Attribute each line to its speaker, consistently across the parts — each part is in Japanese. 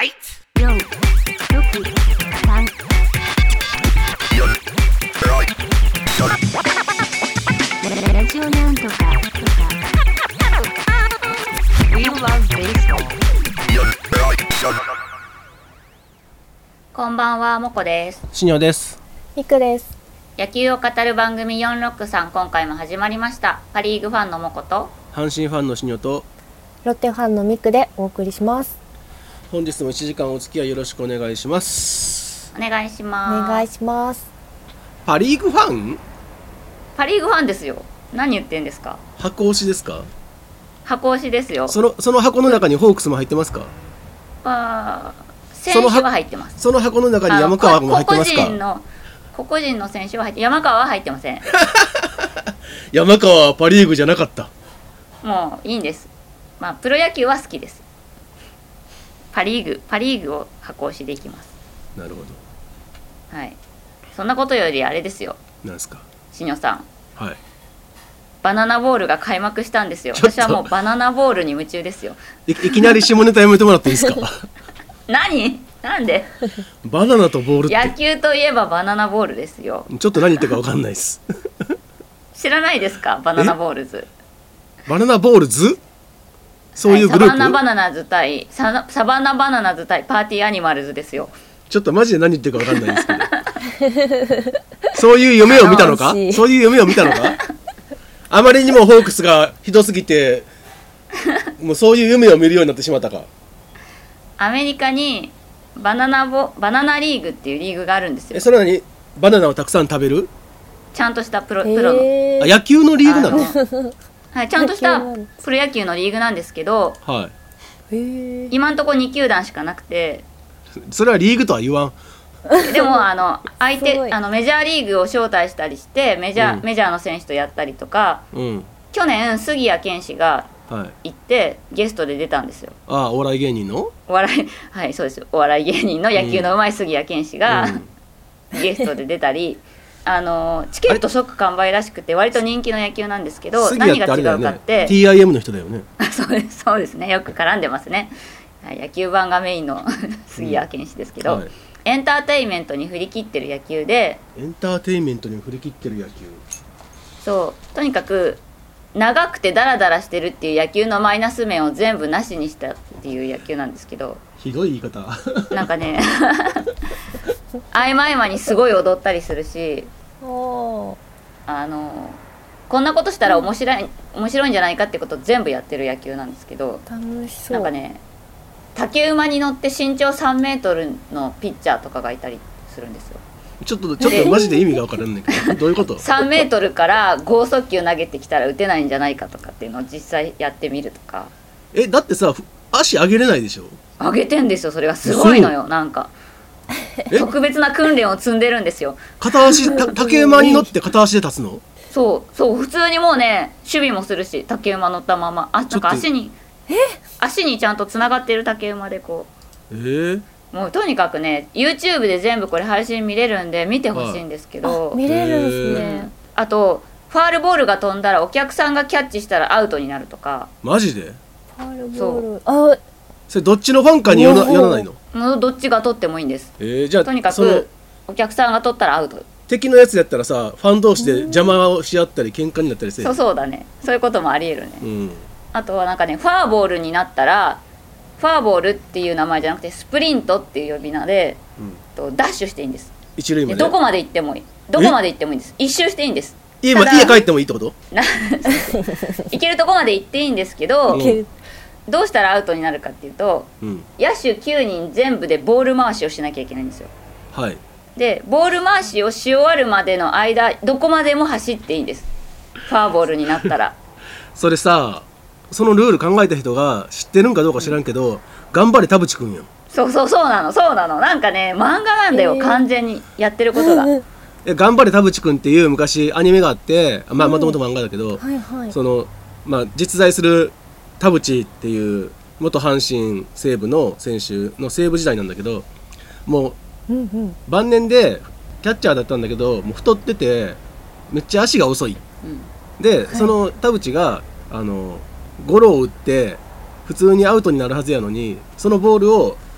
Speaker 1: 4、6、3ラジオなんとかWe love baseball。
Speaker 2: こんばんは、もこです。
Speaker 3: しにょです。
Speaker 4: みくです。
Speaker 2: 野球を語る番組463、今回も始まりました。パリーグファンのもこと
Speaker 3: 阪神ファンのしにょと
Speaker 4: ロッテファンのみくでお送りします。
Speaker 3: 本日も1時間お付き合いよろしくお願いします。
Speaker 2: お願いし
Speaker 4: お
Speaker 2: ます。
Speaker 4: 願いします。
Speaker 3: パリーグファン？
Speaker 2: パリーグファンですよ。何言ってんですか。
Speaker 3: 箱推しですか？
Speaker 2: 箱推しですよ。
Speaker 3: その箱の中にホークスも入ってますか？
Speaker 2: 選手は入ってます。
Speaker 3: その箱の中に山川も入ってますか？
Speaker 2: 個々人の選手は入って、山川は入ってません。
Speaker 3: 山川はパリーグじゃなかった。
Speaker 2: もういいんです。まあプロ野球は好きです。パリーグを箱推しでいきます。
Speaker 3: なるほど。
Speaker 2: はい。そんなことよりあれですよ。
Speaker 3: なんですか？
Speaker 2: しにょさん。
Speaker 3: はい。
Speaker 2: バナナボールが開幕したんですよ。
Speaker 3: ちょっと
Speaker 2: 私はもうバナナボールに夢中ですよ。
Speaker 3: いきなり下ネタやめてもらっていいですか？
Speaker 2: 何？なんで？
Speaker 3: バナナとボールって
Speaker 2: 野球といえばバナナボールですよ。
Speaker 3: ちょっと何言ってるか分かんないです。
Speaker 2: 知らないですか？バナナボールズ。
Speaker 3: バナナボールズ？そういうグループ？
Speaker 2: サバナバナナズ対サバナバナナズ対パーティーアニマルズですよ。
Speaker 3: ちょっとマジで何言ってるか分かんないですけど。そういう夢を見たのか？そういう夢を見たのか？あまりにもホークスがひどすぎて、もうそういう夢を見るようになってしまったか。
Speaker 2: アメリカにバナナリーグっていうリーグがあるんですよ。
Speaker 3: それなにバナナをたくさん食べる？
Speaker 2: ちゃんとしたプロの
Speaker 3: 野球のリーグなの？
Speaker 2: はい、ちゃんとしたプロ野球のリーグなんですけど、
Speaker 3: はい。
Speaker 2: 今んとこ2球団しかなくて、
Speaker 3: それはリーグとは言わん。
Speaker 2: でも相手メジャーリーグを招待したりしてメジャーの選手とやったりとか、
Speaker 3: うん、
Speaker 2: 去年杉谷拳士が行って、ゲストで出たんですよ。
Speaker 3: ああ、お笑い芸人の
Speaker 2: はい、そうです。お笑い芸人の野球の上手い杉谷拳士が、ゲストで出たり、チケット即完売らしくて割と人気の野球なんですけど、何が違うかって、
Speaker 3: TIM の人だよね。
Speaker 2: そうですね、よく絡んでますね。はい、野球版がメインの杉谷拳士ですけど、はい、エンターテインメントに振り切ってる野球で、
Speaker 3: エンターテインメントに振り切ってる野球、
Speaker 2: そうとにかく長くてダラダラしてるっていう野球のマイナス面を全部なしにしたっていう野球なんですけど、
Speaker 3: ひどい言い方。
Speaker 2: なんかね合間合間にすごい踊ったりするし、こんなことしたら面白いんじゃないかってことを全部やってる野球なんですけど、
Speaker 4: 楽しそう。
Speaker 2: なんかね、竹馬に乗って身長3メートルのピッチャーとかがいたりするんですよ。ちょっと
Speaker 3: マジで意味が分からんねんけど、どういうこと
Speaker 2: ？3メートルから剛速球投げてきたら打てないんじゃないかとかっていうのを実際やってみるとか。
Speaker 3: だってさ、足上げれないでしょ？
Speaker 2: 上げてんですよ。それがすごいのよ。なんか特別な訓練を積んでるんですよ。
Speaker 3: 片足竹馬に乗って片足で立つの？
Speaker 2: そう普通にもうね、守備もするし、竹馬乗ったままなんか足にちゃんとつながってる竹馬でこう、もうとにかくね、 YouTube で全部これ配信見れるんで見てほしいんですけど、
Speaker 4: 見れるんですね。
Speaker 2: あとファールボールが飛んだらお客さんがキャッチしたらアウトになるとか。
Speaker 3: マジで？
Speaker 4: ファールボール、
Speaker 3: それどっちのファンかによらないの？
Speaker 2: もうどっちが取ってもいいんです。
Speaker 3: じゃあ
Speaker 2: とにかくお客さんが取ったらアウト。
Speaker 3: 敵のやつやったらさ、ファン同士で邪魔をし合ったり喧嘩になったりする。
Speaker 2: そうだね、そういうこともありえるね。あとはなんかね、ファーボールになったら、ファーボールっていう名前じゃなくてスプリントっていう呼び名で、ダッシュしていいんです。
Speaker 3: 一塁まで
Speaker 2: どこまで行ってもいいんです。一周していいんです。
Speaker 3: 家帰ってもいいってこと？
Speaker 2: 行けるとこまで行っていいんですけど、どうしたらアウトになるかっていうと、野手9人全部でボール回しをしなきゃいけないんですよ。
Speaker 3: はい。
Speaker 2: でボール回しをし終わるまでの間、どこまでも走っていいんです。ファーボールになったら。
Speaker 3: それさ、そのルール考えた人が知ってるんかどうか知らんけど、頑張れ田淵くんやん。
Speaker 2: そうなの。なんかね、漫画なんだよ、完全にやってることが。
Speaker 3: 頑張れ田淵くんっていう昔アニメがあって、もともと漫画だけど、実在する田淵っていう元阪神西武の選手の西武時代なんだけど、もう晩年でキャッチャーだったんだけど、もう太っててめっちゃ足が遅い、で、その田淵がゴロを打って普通にアウトになるはずやのに、そのボールを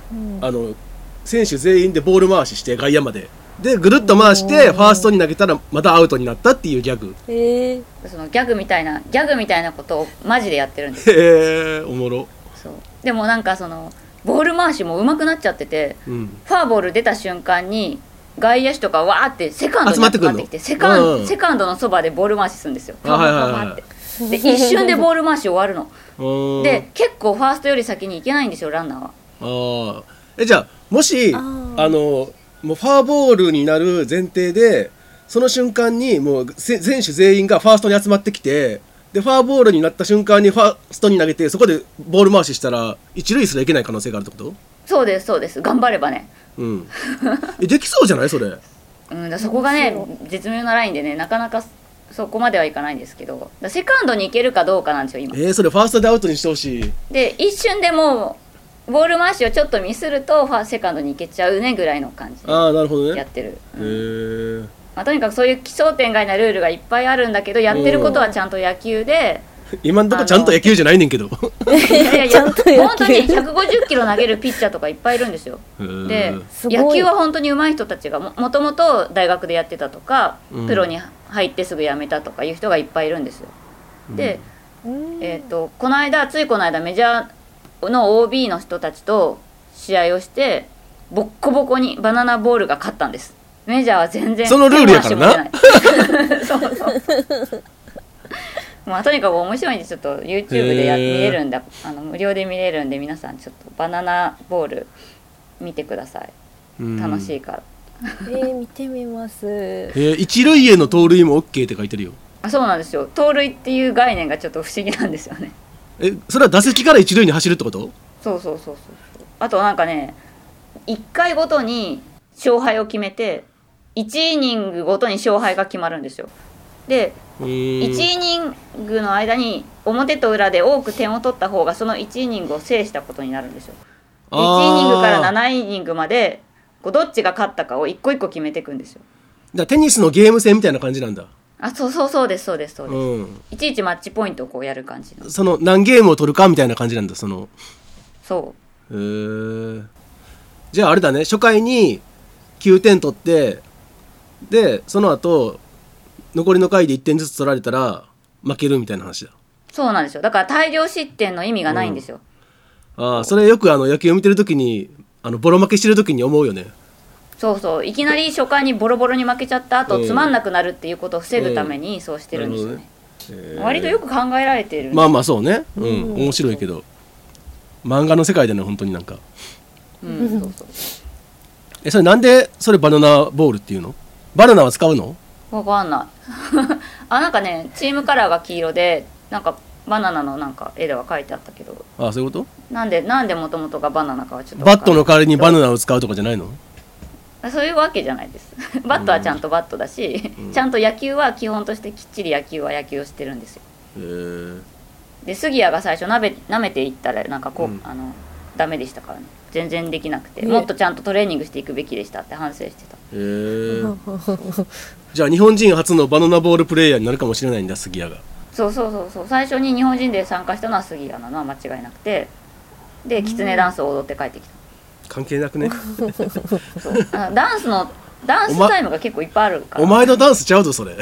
Speaker 3: 選手全員でボール回しして外野まででぐるっと回してファーストに投げたらまたアウトになったっていうギャグ。
Speaker 2: そのギャグみたいなことをマジでやってるんですよ。
Speaker 3: へえ、おもろ。
Speaker 2: そうでもなんかそのボール回しも上手くなっちゃってて、フォアボール出た瞬間に外野手とかわーってセカンドに集まってきてセカンドのそばでボール回しするんですよ。パパパってで一瞬でボール回し終わるので、結構ファーストより先に行けないんですよランナーは。
Speaker 3: じゃあもしもうファーボールになる前提でその瞬間にもう選手全員がファーストに集まってきて、でファーボールになった瞬間にファーストに投げてそこでボール回ししたら一塁すらいけない可能性があるってこと？
Speaker 2: そうですそうです、頑張ればね。
Speaker 3: できそうじゃないそれ。
Speaker 2: だそこがね絶妙なラインでね、なかなかそこまではいかないんですけど、セカンドに行けるかどうかなんですよ今。
Speaker 3: それファーストでアウトにしてほしい。
Speaker 2: で一瞬でもうボール回しをちょっとミスるとセカンドに行けちゃうねぐらいの感じでやってる。とにかくそういう奇想天外なルールがいっぱいあるんだけど、やってることはちゃんと野球で。
Speaker 3: 今んとこちゃんと野球じゃないねんけど。
Speaker 2: 本当に150キロ投げるピッチャーとかいっぱいいるんですよ。で野球は本当に上手い人たちが もともと大学でやってたとか、プロに入ってすぐ辞めたとかいう人がいっぱいいるんですよ。で、ついこの間メジャーの OB の人たちと試合をしてボッコボコにバナナボールが勝ったんです。メジャーは全然
Speaker 3: そのルールやからな。
Speaker 2: そうとにかく面白いんで、ちょっと YouTube で見れるんだ、無料で見れるんで、皆さんちょっとバナナボール見てください。楽しいから。
Speaker 4: 見てみます。
Speaker 3: 一塁への盗塁も OK って書いてるよ。
Speaker 2: そうなんですよ。盗塁っていう概念がちょっと不思議なんですよね。
Speaker 3: それは打席から一塁に走るってこと？
Speaker 2: そう。あとなんかね、1回ごとに勝敗を決めて1イニングごとに勝敗が決まるんですよ。で1イニングの間に表と裏で多く点を取った方がその1イニングを制したことになるんですよ。1イニングから7イニングまでどっちが勝ったかを一個一個決めていくんですよ。
Speaker 3: だテニスのゲーム戦みたいな感じなんだ。
Speaker 2: そうです、いちいちマッチポイントをこうやる感じの。
Speaker 3: その何ゲームを取るかみたいな感じなんだ。じゃああれだね、初回に9点取ってでその後残りの回で1点ずつ取られたら負けるみたいな話だ。
Speaker 2: そうなんですよ。だから大量失点の意味がないんですよ。
Speaker 3: それよく野球を見てる時にボロ負けしてる時に思うよね。
Speaker 2: そういきなり初回にボロボロに負けちゃった後、つまんなくなるっていうことを防ぐためにそうしてるんですよね。割とよく考えられてる。
Speaker 3: そうね、面白いけど漫画の世界でね本当になんかそれなんでそれバナナボールっていうの？バナナは使うの？
Speaker 2: わかんないなんかねチームカラーが黄色でなんかバナナのなんか絵では書いてあったけど。
Speaker 3: そういうこと？
Speaker 2: なんでもともとがバナナかはちょっと
Speaker 3: バットの代わりにバナナを使うとかじゃないの？
Speaker 2: そういうわけじゃないですバットはちゃんとバットだし、ちゃんと野球は基本としてきっちり野球は野球をしてるんですよ。で杉谷が最初舐めていったらなんかダメでしたからね。全然できなくて、もっとちゃんとトレーニングしていくべきでしたって反省してた。
Speaker 3: じゃあ日本人初のバナナボールプレイヤーになるかもしれないんだ杉谷が。
Speaker 2: そう最初に日本人で参加したのは杉谷なのは間違いなくて、でキツネダンスを踊って帰ってきた。
Speaker 3: 関係なくね
Speaker 2: ダンスタイムが結構いっぱいあるから。
Speaker 3: お前のダンスちゃうぞそれ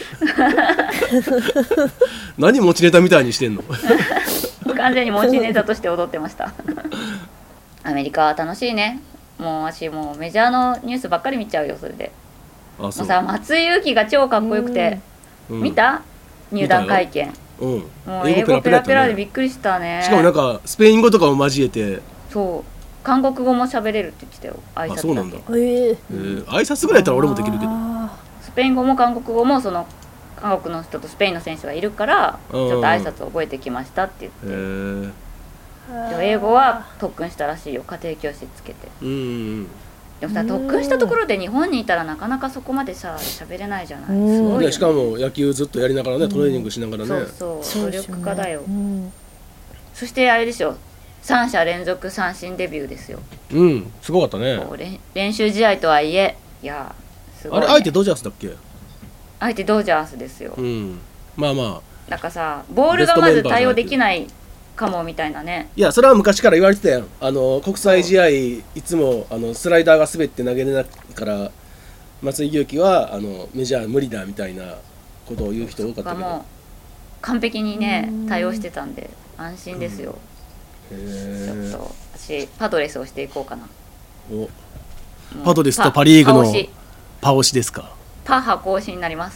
Speaker 3: 何持ちネタみたいにしてんの
Speaker 2: 完全に持ちネタとして踊ってましたアメリカは楽しいね。もう私もうメジャーのニュースばっかり見ちゃうよそれで。もうさ松井裕樹が超かっこよくて、見た？入団会見。もう英語ペラペラでびっくりしたね。
Speaker 3: しかもなんかスペイン語とかも交えて。
Speaker 2: 韓国語も喋れるって言ってたよ。挨拶だけ。
Speaker 3: そうなんだ。挨拶ぐらいやったら俺もできるけど。
Speaker 2: スペイン語も韓国語もその韓国の人とスペインの選手がいるからちょっと挨拶を覚えてきましたって言って。英語は特訓したらしいよ、家庭教師つけて。でもさ特訓したところで日本にいたらなかなかそこまでさ喋れないじゃない。すごいよね。
Speaker 3: しかも野球ずっとやりながらね、トレーニングしながらね。
Speaker 2: 努力家だよ。そしてあれですよ、3者連続三振デビューですよ。
Speaker 3: すごかったね。
Speaker 2: 練習試合とはいえ、いやすごい、ね。
Speaker 3: あれ相手ドジャースだっけ？
Speaker 2: 相手ドジャースですよ。
Speaker 3: まあ
Speaker 2: なんかさボールがまず対応できないかもみたいなね。
Speaker 3: いやそれは昔から言われてたやん。国際試合いつもスライダーが滑って投げれないから松井裕樹はメジャー無理だみたいなことを言う人多かったけど、
Speaker 2: もう完璧にね対応してたんで安心ですよ。ちょっと私パドレスをしていこうかな。
Speaker 3: おパドレスとパリーグのパ押しですか。
Speaker 2: パ箱押しになります。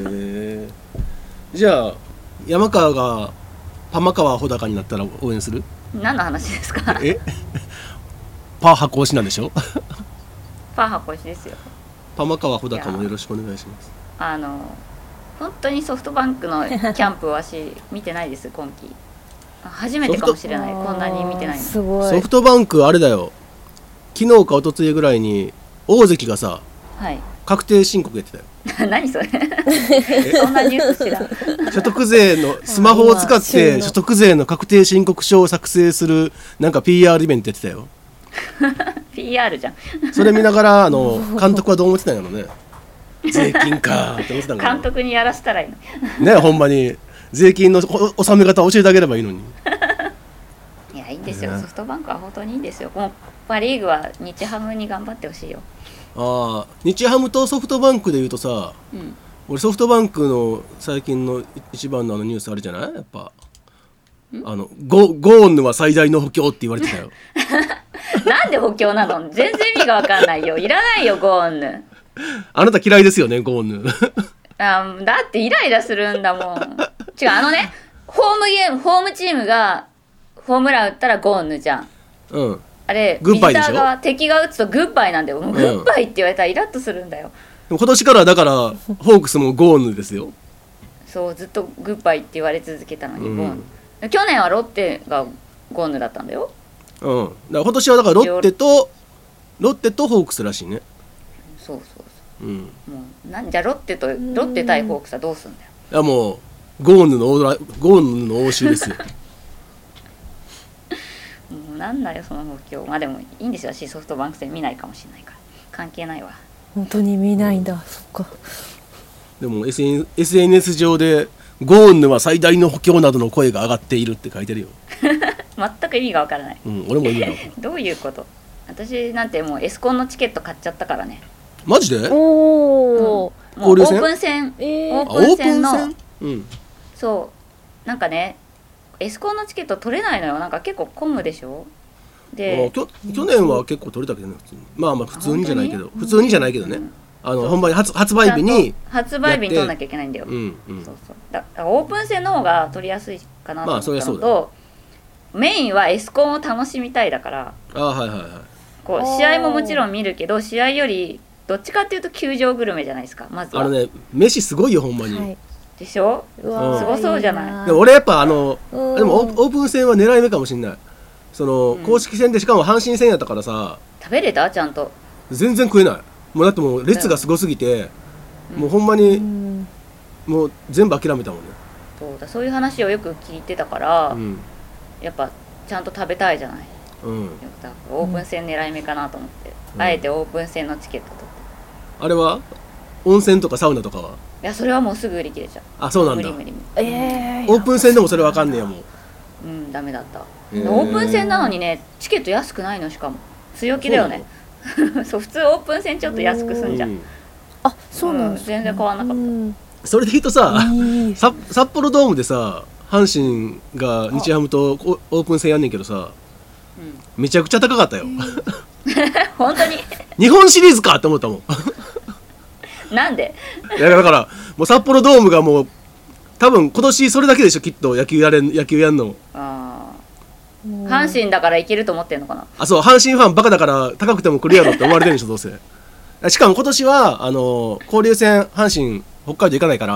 Speaker 3: じゃあ山川が玉川穂高になったら応援する？
Speaker 2: 何の話ですか？
Speaker 3: パ箱押しなんでしょ？
Speaker 2: パ箱押しですよ。
Speaker 3: 玉川穂高もよろしくお願いします。
Speaker 2: 本当にソフトバンクのキャンプは私見てないです今季。初めてかもしれない。こんなに見てないの。
Speaker 4: すごい。
Speaker 3: ソフトバンクあれだよ。昨日か一昨日ぐらいに大関がさ、
Speaker 2: はい、
Speaker 3: 確定申告やってたよ。
Speaker 2: 何それ？そんなニュース知らん。
Speaker 3: 所得税のスマホを使って所得税の確定申告書を作成するなんか PR イベントやってたよ。
Speaker 2: PR じゃん。
Speaker 3: それ見ながら監督はどう思ってたんやろね。税金かって思ってたんかな。
Speaker 2: 監督にやらせたらいいの。
Speaker 3: ね、ほんまに税金の納め方教えてあげればいいのに。
Speaker 2: いやいいんですよ、ソフトバンクは本当にいいんですよ。もうパ・リーグは日ハムに頑張ってほしいよ。
Speaker 3: ああ、日ハムとソフトバンクでいうとさ、俺ソフトバンクの最近の一番のニュースあるじゃない？やっぱゴーンヌは最大の補強って言われてたよ。
Speaker 2: なんで補強なの？全然意味が分かんないよ。いらないよゴーンヌ。
Speaker 3: あなた嫌いですよねゴーンヌ。
Speaker 2: だってイライラするんだもん。違うホームチームがホームラン打ったらゴーンヌじゃん。あれ
Speaker 3: グッバイでしょ？
Speaker 2: ビジター側敵が打つとグッバイなんだよ。もうグッバイって言われたらイラッとするんだよ。
Speaker 3: でも今年からだからホークスもゴーンヌですよ。
Speaker 2: そうずっとグッバイって言われ続けたのにゴーンヌ。去年はロッテがゴーンヌだったんだよ。
Speaker 3: だから今年はだからロッテとホークスらしいね。
Speaker 2: そう。もうじゃあロッテ対ホークスはどうすんだよ。
Speaker 3: いやもうゴーンヌの応酬ですよ。
Speaker 2: もうなんだよその補強。まあでもいいんですよ。私ソフトバンク戦見ないかもしれないから関係ないわ。
Speaker 4: 本当に見ないんだ。そっか。
Speaker 3: でも SNS 上でゴーンヌは最大の補強などの声が上がっているって書いてるよ。
Speaker 2: 全く意味がわからない。
Speaker 3: 俺も意味がわからない。
Speaker 2: どういうこと？私なんてもうエスコンのチケット買っちゃったからね。
Speaker 3: マジで？
Speaker 4: おお。
Speaker 2: もうオープン戦、オープン戦のそうなんかねエスコンのチケット取れないのよ。なんか結構混むでしょ。で
Speaker 3: 去年は結構取れたけどね普通に。まあ普通にじゃないけどね。ほんまに発売日に
Speaker 2: 取らなきゃいけないんだよ。そうだからオープン戦の方が取りやすいかなと思ったのと、メインはエスコンを楽しみたいだから。こう試合ももちろん見るけど試合よりどっちかっていうと球場グルメじゃないですか。まずは
Speaker 3: 飯すごいよほんまに。
Speaker 2: でしょ？すごそうじゃない？
Speaker 3: でも俺やっぱでもオープン戦は狙い目かもしんない。公式戦でしかも阪神戦やったからさ。
Speaker 2: 食べれた？ちゃんと
Speaker 3: 全然食えない。もうだってもう列がすごすぎて、もうほんまにもう全部諦めたもんね。
Speaker 2: そういう話をよく聞いてたから、やっぱちゃんと食べたいじゃない。オープン戦狙い目かなと思って、あえてオープン戦のチケット取って。
Speaker 3: あれは温泉とかサウナとかは？
Speaker 2: いやそれはもうすぐ売り切れちゃう。
Speaker 3: あ、そうなんだ。
Speaker 2: 無理
Speaker 3: オープン戦でもそれわかんねえやもう。
Speaker 2: ダメだった。オープン戦なのにねチケット安くないの。しかも強気だよね。そう普通オープン戦ちょっと安くすんじゃん。
Speaker 4: あ、そうなんです。
Speaker 2: 全然変わんなかった。
Speaker 3: それで言うとさ、札幌ドームでさ阪神が日ハムとオープン戦やんねんけどさ、めちゃくちゃ高かったよ。
Speaker 2: 本当に
Speaker 3: 日本シリーズかって思ったもん。
Speaker 2: なんで？
Speaker 3: いやだからもう札幌ドームがもう多分今年それだけでしょきっと野球やんの。
Speaker 2: 阪神だからいけると思ってんのかな。
Speaker 3: そう阪神ファンバカだから高くても来るやろって思われてるでしょどうせ。しかも今年は交流戦阪神北海道行かないから、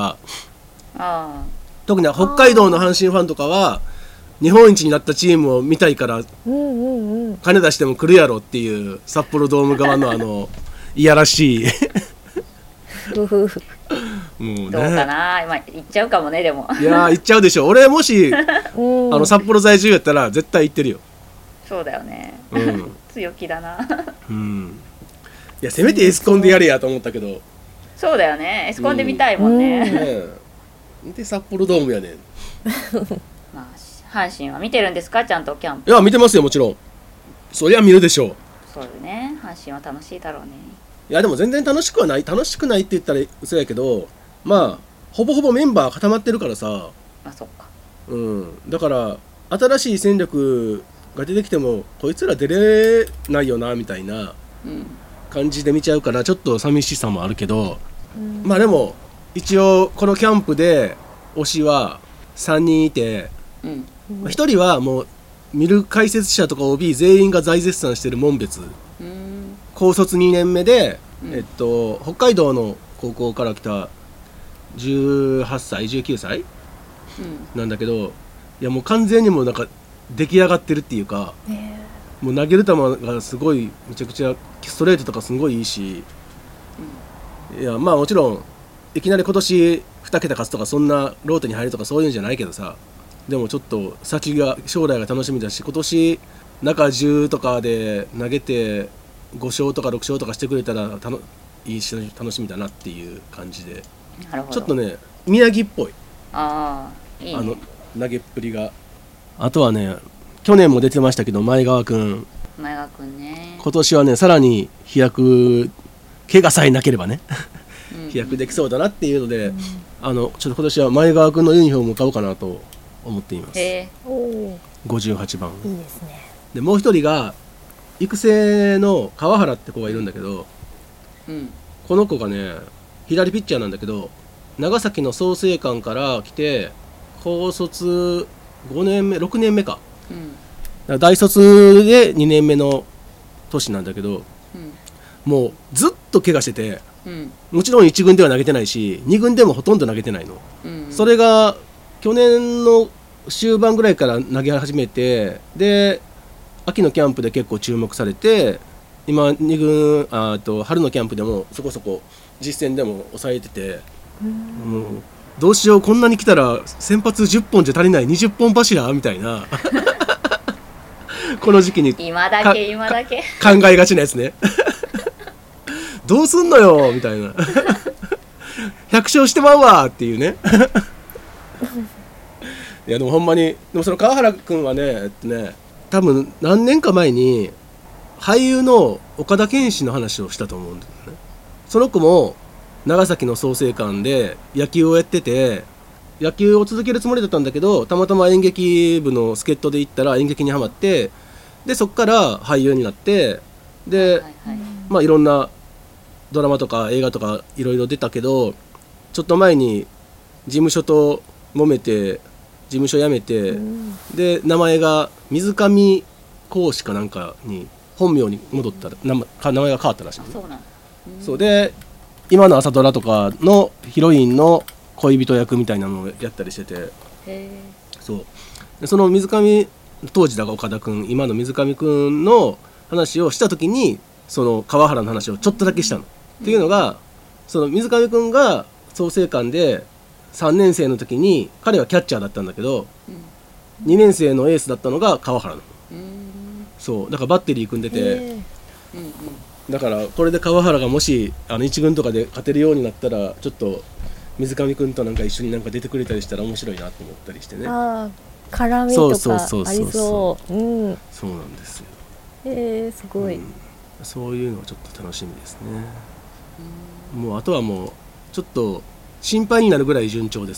Speaker 3: 特に北海道の阪神ファンとかは日本一になったチームを見たいから金出しても来るやろっていう札幌ドーム側のいやらしい。
Speaker 2: もうね、どうかな今行っちゃうかもね。でも
Speaker 3: いや行っちゃうでしょ。俺もし札幌在住やったら絶対行ってるよ。
Speaker 2: そうだよね、強気だな。
Speaker 3: いやせめてエスコンでやれやと思ったけど。
Speaker 2: そうだよねエスコンで見たいもんね。
Speaker 3: で札幌ドームやねん。
Speaker 2: まあ阪神は見てるんですか、ちゃんとキャンプ。
Speaker 3: いや見てますよ、もちろん。そりゃ見るでしょう。
Speaker 2: そうだね、阪神は楽しいだろうね。
Speaker 3: いやでも全然楽しくないって言ったら嘘やけど、まあほぼほぼメンバー固まってるからさ。
Speaker 2: あ、そっか。
Speaker 3: だから新しい戦力が出てきてもこいつら出れないよなみたいな感じで見ちゃうから、ちょっと寂しさもあるけど、まあでも一応このキャンプで推しは3人いて、1人はもう見る解説者とか OB 全員が大絶賛してる門別、高卒2年目で、北海道の高校から来た18歳19歳、なんだけど、いやもう完全にもうなんか出来上がってるっていうか、もう投げる球がすごいめちゃくちゃストレートとかすごいいいし、いやまあもちろんいきなり今年2桁勝つとかそんなローテに入るとかそういうんじゃないけどさ、でもちょっと将来が楽しみだし、今年中10とかで投げて5勝とか6勝とかしてくれたらいいし楽しみだなっていう感じで、ちょっとね宮城っぽい、いいね、投げっぷりが。あとはね、去年も出てましたけど前川くん
Speaker 2: ね、
Speaker 3: 今年はねさらに飛躍、怪我さえなければね飛躍できそうだなっていうので、ちょっと今年は前川くんのユニフォームを買おうかなと思っています。58番いいですね。でもう一人が育成の川原って子がいるんだけど、この子がね左ピッチャーなんだけど、長崎の創成館から来て高卒5年目6年目か、大卒で2年目の年なんだけど、もうずっと怪我してて、もちろん1軍では投げてないし2軍でもほとんど投げてないの、それが去年の終盤ぐらいから投げ始めて、で秋のキャンプで結構注目されて、今2軍春のキャンプでもそこそこ実戦でも抑えてて、もうどうしよう、こんなに来たら先発10本じゃ足りない20本柱みたいなこの時期に
Speaker 2: 今だけ
Speaker 3: 考えがちなやつねどうすんのよみたいな100勝してまうわっていうねいやでもほんまに、でもその川原くんはね、多分何年か前に俳優の岡田健志の話をしたと思うんだよね。その子も長崎の創成館で野球をやってて、野球を続けるつもりだったんだけど、たまたま演劇部の助っ人で行ったら演劇にハマって、でそっから俳優になって、で、まあいろんなドラマとか映画とかいろいろ出たけど、ちょっと前に事務所と揉めて事務所辞めて、で名前が水上講師かなんかに本名に戻ったら名前が変わったらしい、そうで今の朝ドラとかのヒロインの恋人役みたいなのをやったりしてて、そうでその水上当時だが岡田君、今の水上君の話をした時にその川原の話をちょっとだけしたの、っていうのが、その水上君が創成館で3年生の時に彼はキャッチャーだったんだけど、2年生のエースだったのが川原なの、そうだからバッテリー組んでて、だからこれで川原がもし1軍とかで勝てるようになったら、ちょっと水上君となんか一緒になんか出てくれたりしたら面白いなと思ったりしてね。
Speaker 4: 絡みとかありそう。
Speaker 3: そうなんですよ。
Speaker 4: すごい、
Speaker 3: そういうのはちょっと楽しみですね。もうあとはもうちょっと心配になるぐらい順調です。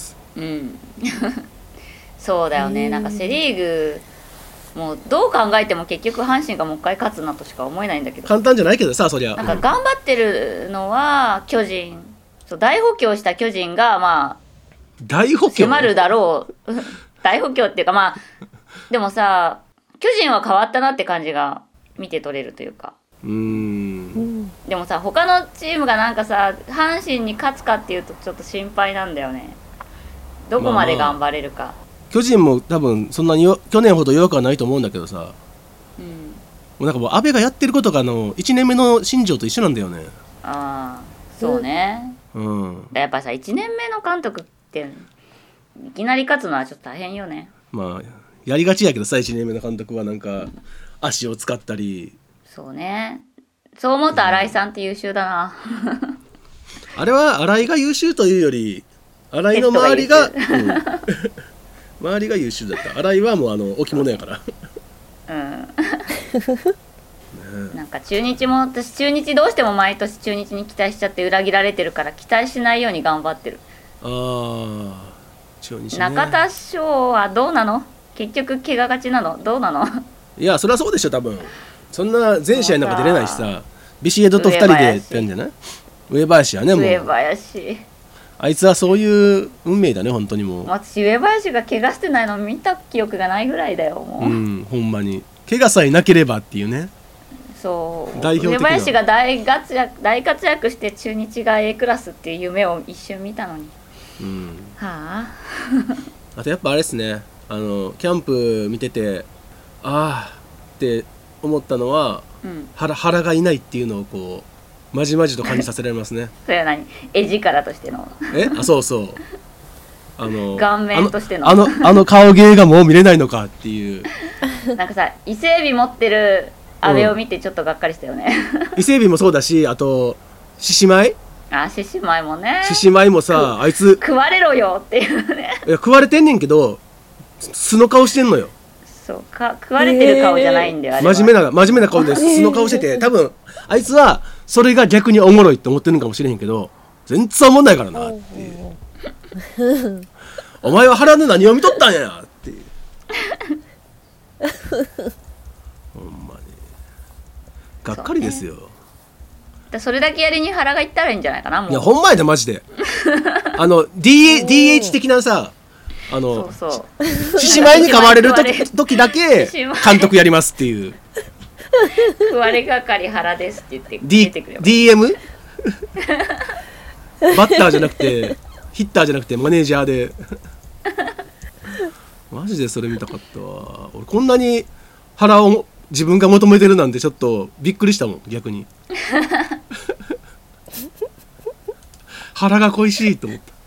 Speaker 2: そうだよね。なんかセリーグもうどう考えても結局阪神がもう一回勝つなとしか思えないんだけど、
Speaker 3: 簡単じゃないけどさ、そりゃ
Speaker 2: なんか頑張ってるのは巨人、そう大補強した巨人がまあ
Speaker 3: 大補強
Speaker 2: 迫るだろう大補強っていうか、まあでもさ、巨人は変わったなって感じが見て取れるというか、でもさ他のチームがなんかさ阪神に勝つかっていうとちょっと心配なんだよね。どこまで頑張れるか。
Speaker 3: 巨人も多分そんなに去年ほど弱くはないと思うんだけどさ、もうなんかもう阿部がやってることが1年目の新庄と一緒なんだよね。
Speaker 2: そうね、やっぱさ1年目の監督っていきなり勝つのはちょっと大変よね。
Speaker 3: まあやりがちやけどさ、1年目の監督はなんか足を使ったり。
Speaker 2: そうね、そう思うと新井さんって優秀だな
Speaker 3: あれは新井が優秀というより新井の周りが周りが優秀だった。新井はもう置物やから
Speaker 2: なんか中日も、私中日どうしても毎年中日に期待しちゃって裏切られてるから期待しないように頑張ってる。
Speaker 3: 中日ね。
Speaker 2: 中田翔はどうなの？結局怪我がちなの？どうなの？
Speaker 3: いやそりゃそうでしょ多分。そんな全試合なんか出れないしさ、ビシエドと2人でやってんじゃない？上林やね。もう
Speaker 2: 上林
Speaker 3: あいつはそういう運命だね本当に。もう
Speaker 2: 私上林が怪我してないの見た記憶がないぐらいだよもう。
Speaker 3: ほんまに怪我さえなければっていうね。
Speaker 2: そう
Speaker 3: 代表的な
Speaker 2: 上林が大活躍して中日が A クラスっていう夢を一瞬見たのに、はあ
Speaker 3: あとやっぱあれですね、キャンプ見ててって思ったのは、原がいないっていうのをこうまじまじと感じさせられますね
Speaker 2: それは何？絵力としての
Speaker 3: そうそう
Speaker 2: 顔面としての
Speaker 3: あの顔芸がもう見れないのかっていう
Speaker 2: なんかさ伊勢海老持ってる阿部を見てちょっとがっかりしたよね、
Speaker 3: 伊勢海老もそうだし、あと獅子舞
Speaker 2: もね。
Speaker 3: 獅子舞もさ、あいつ
Speaker 2: 食われろよっていうね。
Speaker 3: いや食われてんねんけど素の顔してんのよ。
Speaker 2: そうか、食われてる顔じゃないんだよ、あれは
Speaker 3: 真面目な顔で素の顔してて、多分あいつはそれが逆におもろいって思ってるのかもしれへんけど全然おもんないからなっていうお前は腹で何を見とったんやっていうほんまにがっかりですよ。
Speaker 2: それだけやりに腹がいったらいいんじゃないかな。もう
Speaker 3: いやほんまやでマジでDH 的なさ
Speaker 2: そう
Speaker 3: 獅子舞に噛まれる時だけ監督やりますっていう
Speaker 2: 食われがかり腹ですって言って出てくれば
Speaker 3: DM バッターじゃなくてヒッターじゃなくてマネージャーでマジでそれ見たかったわ。俺こんなに腹を自分が求めてるなんてちょっとびっくりしたもん逆に腹が恋しいと思った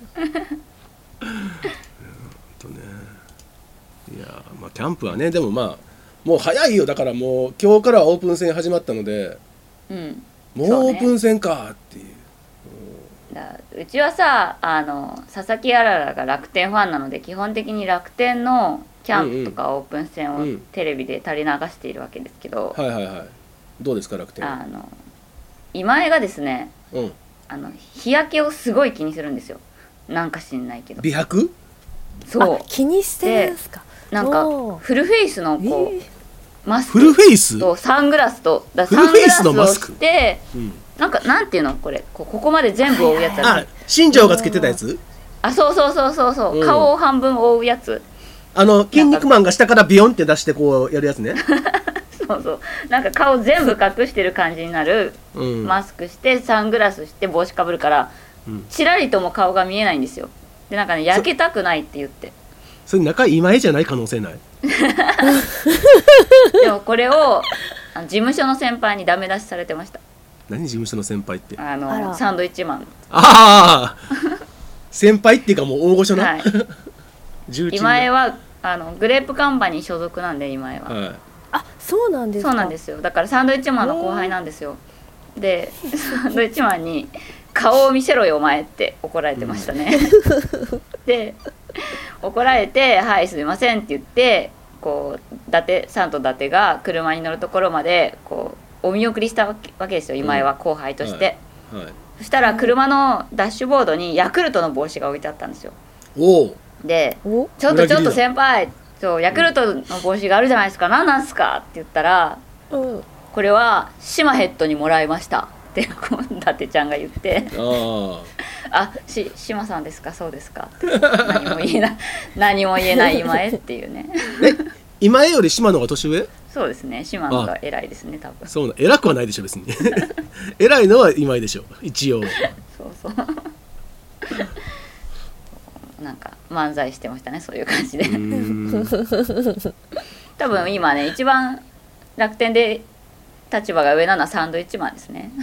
Speaker 3: いやまあキャンプはねでもまあもう早いよ。だからもう今日からオープン戦始まったので、もうオープン戦かっていう。
Speaker 2: うちはさ佐々木あららが楽天ファンなので基本的に楽天のキャンプとかオープン戦をテレビで垂れ流しているわけですけど、
Speaker 3: どうですか楽天。
Speaker 2: 今江がですね、日焼けをすごい気にするんですよ。なんか知んないけど
Speaker 3: 美白。
Speaker 2: そう
Speaker 4: 気にしてるんですか。
Speaker 2: なんかフルフェイスのこう、マスク
Speaker 3: フルフェイス
Speaker 2: とサングラスと
Speaker 3: フルフェイスのマスク
Speaker 2: をして、なんていうのこれここまで全部覆うやつ
Speaker 3: 新庄がつけてたやつ。
Speaker 2: そう、顔を半分覆うやつ。
Speaker 3: 筋肉マンが下からビヨンって出してこうやるやつね
Speaker 2: そうなんか顔全部隠してる感じになるマスクしてサングラスして帽子かぶるからちらりとも顔が見えないんですよ。でなんかね焼けたくないって言って
Speaker 3: それ中今江じゃない可能性ない
Speaker 2: でもこれを事務所の先輩にダメ出しされてました。
Speaker 3: 何事務所の先輩って
Speaker 2: サンドイッチマン
Speaker 3: 先輩っていうかもう大御所な、
Speaker 2: 今江はグレープカンパニー所属なんで今江は、
Speaker 4: そうなんですか。
Speaker 2: そうなんですよ。だからサンドイッチマンの後輩なんですよ。でサンドイッチマンに顔を見せろよお前って怒られてましたね、で怒られてはいすみませんって言ってこうサンと伊達が車に乗るところまでこうお見送りしたわけですよ今江は後輩として、そしたら車のダッシュボードにヤクルトの帽子が置いてあったんですよ。でちょっと先輩ヤクルトの帽子があるじゃないですか何なんすかって言ったら、これはシマヘッドにもらいましたって伊達ちゃんが言ってシマさんですかそうですかって何も言えない今江っていうね
Speaker 3: 今江より島の方が年上。
Speaker 2: そうですね島の方が偉いですね多分。
Speaker 3: そう偉くはないでしょ別に偉いのは今江でしょ一応
Speaker 2: そうなんか漫才してましたねそういう感じで多分今ね一番楽天で立場が上なのはサンドイッチマンですね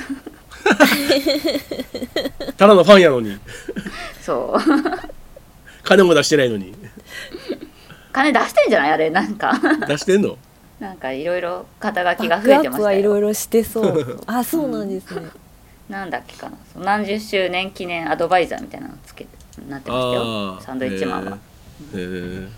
Speaker 3: ただのファンやのに
Speaker 2: そう
Speaker 3: 金も出してないのに
Speaker 2: 金出してんじゃないあれなんか
Speaker 3: 出してんの
Speaker 2: なんかいろいろ肩書きが増えてましたよ。
Speaker 4: はいろいろしてそうそうなんですね、
Speaker 2: なんだっけかな何十周年記念アドバイザーみたいなのつけてなってましたよサンドイッチマンは。
Speaker 3: へ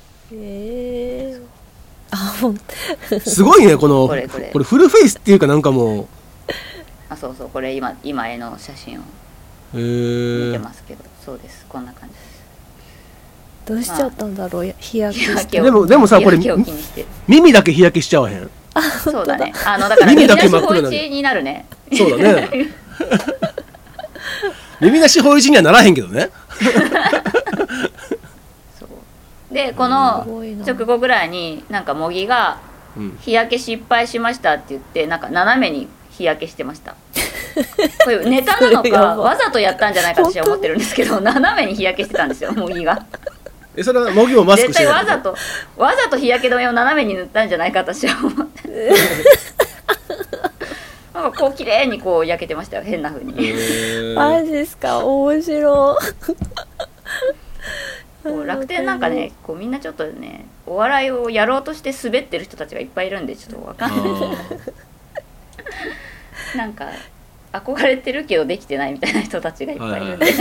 Speaker 4: あ、ほん
Speaker 3: え。すごいねこの
Speaker 2: これ
Speaker 3: フルフェイスっていうかなんかもう。
Speaker 2: あ、そうそう、これ今絵の写真を見てますけど、そうです、こんな感じです。
Speaker 4: どうしちゃったんだろう、日焼けして。
Speaker 3: でもさこれ
Speaker 2: 日焼けを気にしてる。
Speaker 3: 耳だけ日焼けしちゃわへん。
Speaker 2: そうだね。だから
Speaker 3: 耳だけ
Speaker 2: 耳なし
Speaker 3: 真っ黒なの
Speaker 2: 法一になるね。
Speaker 3: そうだね。耳なし法一にはならへんけどね。
Speaker 2: そうでこの直後ぐらいになんか模擬が日焼け失敗しましたって言ってなんか斜めに日焼けしてました。これネタなのかわざとやったんじゃないかと私は思ってるんですけど、斜めに日焼けしてたんですよ、模擬が。
Speaker 3: それは模擬もマスク
Speaker 2: 絶
Speaker 3: して
Speaker 2: 対わざと日焼け止めを斜めに塗ったんじゃないかと私は思ってる。なんかこう綺麗にこう焼けてましたよ、変な風に。
Speaker 4: マジですか、面白
Speaker 2: こう楽天なんかね、こうみんなちょっとねお笑いをやろうとして滑ってる人たちがいっぱいいるんでちょっとわかんない。なんか憧れてるけどできてないみたいな人たちがいっぱいいるんで、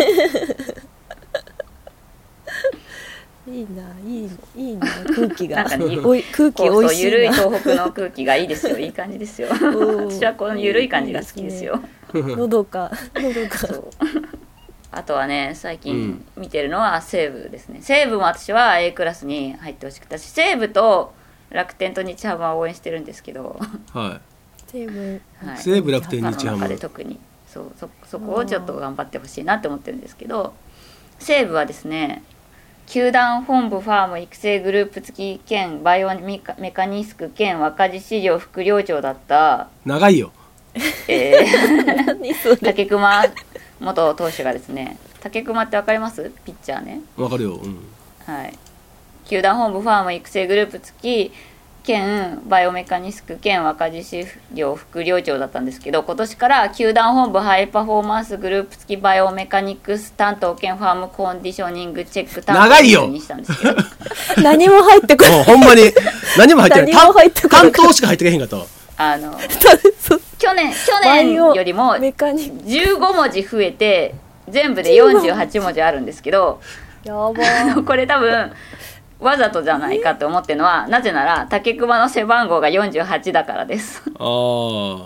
Speaker 4: いいな空気が
Speaker 2: なんかね
Speaker 4: おい空気おいしいな。
Speaker 2: ゆるい東北の空気がいいですよ、いい感じですよ。私はこのゆるい感じが好きですよ。
Speaker 4: のどか
Speaker 2: そうあとはね最近見てるのは西武ですね。西武も私は A クラスに入ってほしくて、私西武と楽天と日ハムは応援してるんですけど、
Speaker 3: は
Speaker 4: 西武、
Speaker 2: はい、
Speaker 3: 西武楽天日ハム
Speaker 2: その中で特にそこをちょっと頑張ってほしいなって思ってるんですけど、西武はですね球団本部ファーム育成グループ付き兼バイオメカニスク兼若字資料副寮長だった
Speaker 3: 長いよ。
Speaker 4: 何それ。
Speaker 2: 竹熊元投手がですね、竹熊って分かります？ピッチャーね。
Speaker 3: わかるよ。
Speaker 2: はい。球団本部ファーム育成グループ付き兼バイオメカニスク兼若字資料副寮長だったんですけど、今年から球団本部ハイパフォーマンスグループ付きバイオメカニクス担当兼ファームコンディショニングチェック担当にしたんですけど、
Speaker 4: 何も入ってこない。
Speaker 3: もうほんまに何も入ってない。
Speaker 4: 何も入ってこない
Speaker 3: 担当しか入ってけへんかったわ。
Speaker 2: 去年よりも15文字増えて全部で48文字あるんですけど、
Speaker 4: やば
Speaker 2: これ多分わざとじゃないかと思ってるのはなぜなら竹熊の背番号が48だからです。
Speaker 3: そう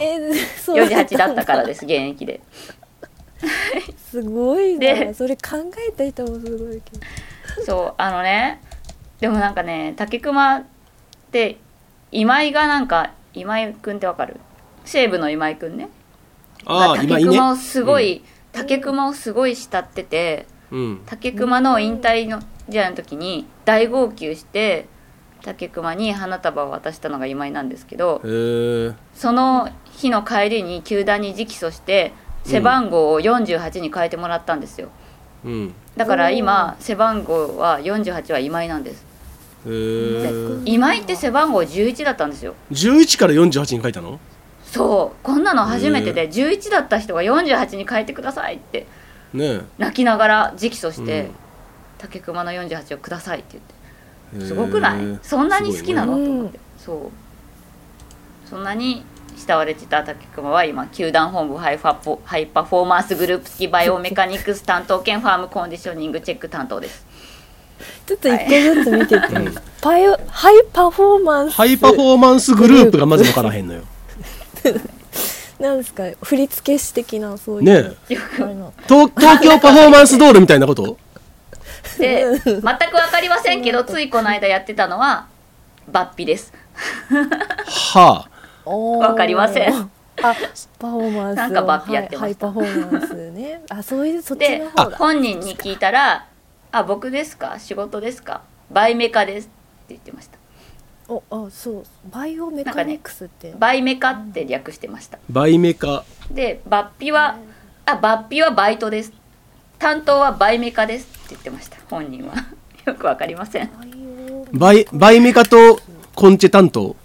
Speaker 2: 48だったからです、現役で。
Speaker 4: すごい
Speaker 2: で
Speaker 4: な、それ考えた人もすごいけど。
Speaker 2: そうでもなんかね竹熊って今井がなんか今井くんってわかる？西武の今井くんね。竹熊をすごい、竹熊をすごい慕ってて、竹熊の引退の試合の時に大号泣して竹熊に花束を渡したのが今井なんですけど、その日の帰りに球団に直訴して背番号を48に変えてもらったんですよ。だから今背番号は48は今井なんです。今井って背番号11だったんですよ。
Speaker 3: 11から48に書いたの？
Speaker 2: そうこんなの初めてで、11だった人が48に変えてくださいって泣きながら直訴して、竹熊の48をくださいって言って、すごくない？そんなに好きなのと思って、そんなに慕われてた竹熊は今球団本部ハイパフォーマンスグループ付きバイオメカニクス担当兼ファームコンディショニングチェック担当です。
Speaker 4: ちょっと一個ずつ見てて、ハイパフォーマンス
Speaker 3: グループがまず分からへんのよ。
Speaker 4: なんですか、振付師的なそういう
Speaker 3: ね東京パフォーマンスドールみたいなこと
Speaker 2: で全く分かりませんけどついこの間やってたのはバッピです。
Speaker 3: は
Speaker 2: あ分かりません。
Speaker 4: パフォーマンス
Speaker 2: なんかバッピやってました。
Speaker 4: ハイパフォーマンスね。そっちの方だ。
Speaker 2: で本人に聞いたら僕ですか仕事ですかバイメカですって言ってました。
Speaker 4: そうバイオメカニクスって、
Speaker 2: バイメカって略してました。
Speaker 3: バイメカ
Speaker 2: でバッピはバイトです、担当はバイメカですって言ってました。本人はよくわかりません。
Speaker 3: バイメカとコンチェ担当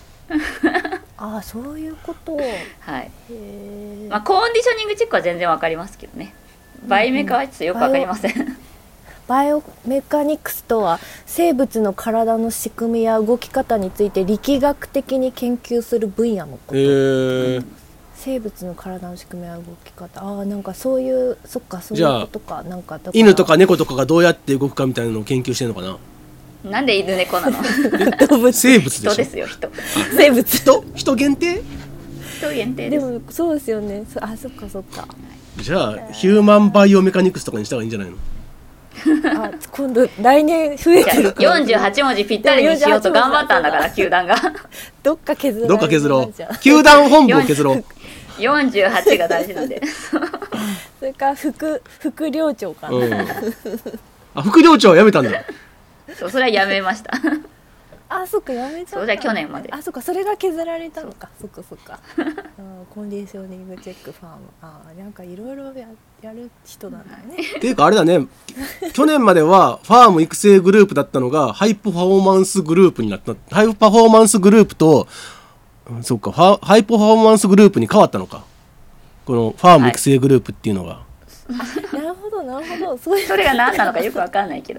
Speaker 4: そういうこと。はい。
Speaker 2: コンディショニングチェックは全然わかりますけどね。バイメカはちょっとよくわかりません。
Speaker 4: バイオメカニクスとは生物の体の仕組みや動き方について力学的に研究する分野のこと。 生物の体の仕組みや動き方、なんかそういうそっかそういうことか。なんかだから
Speaker 3: 犬とか猫とかがどうやって動くかみたいなのを研究してるのかな。
Speaker 2: なんで犬猫なの？
Speaker 4: 動物
Speaker 3: 生物でしょ。
Speaker 2: 人ですよ人。
Speaker 4: 生物
Speaker 3: 人限定？
Speaker 2: 人限定
Speaker 4: で
Speaker 2: です。
Speaker 4: もそうですよね。そっかそっか。
Speaker 3: じゃあヒューマンバイオメカニクスとかにした方がいいんじゃないの？
Speaker 4: 今度来年増えてる。
Speaker 2: 48文字ぴったりにしようと頑張ったんだから球団が。
Speaker 4: どっか削ろう。
Speaker 3: どっか削ろう。球団本部を削ろう。
Speaker 2: 48が大事なんで。
Speaker 4: それから副寮長かな。
Speaker 3: 副寮長は辞めたんだ。
Speaker 2: そう、それはやめました。
Speaker 4: そっかやめちゃった。
Speaker 2: そうじゃ去年まで。
Speaker 4: そっかそれが削られたのか。そっか。コンディショニングチェックファーム。なんかいろいろやる人なんだね。
Speaker 3: っていうかあれだね。去年まではファーム育成グループだったのがハイパフォーマンスグループになった。ハイパフォーマンスグループとそっかハイパフォーマンスグループに変わったのか。このファーム育成グループっていうのが。
Speaker 4: なるほど。
Speaker 2: それが何なのかよくわかんないけど。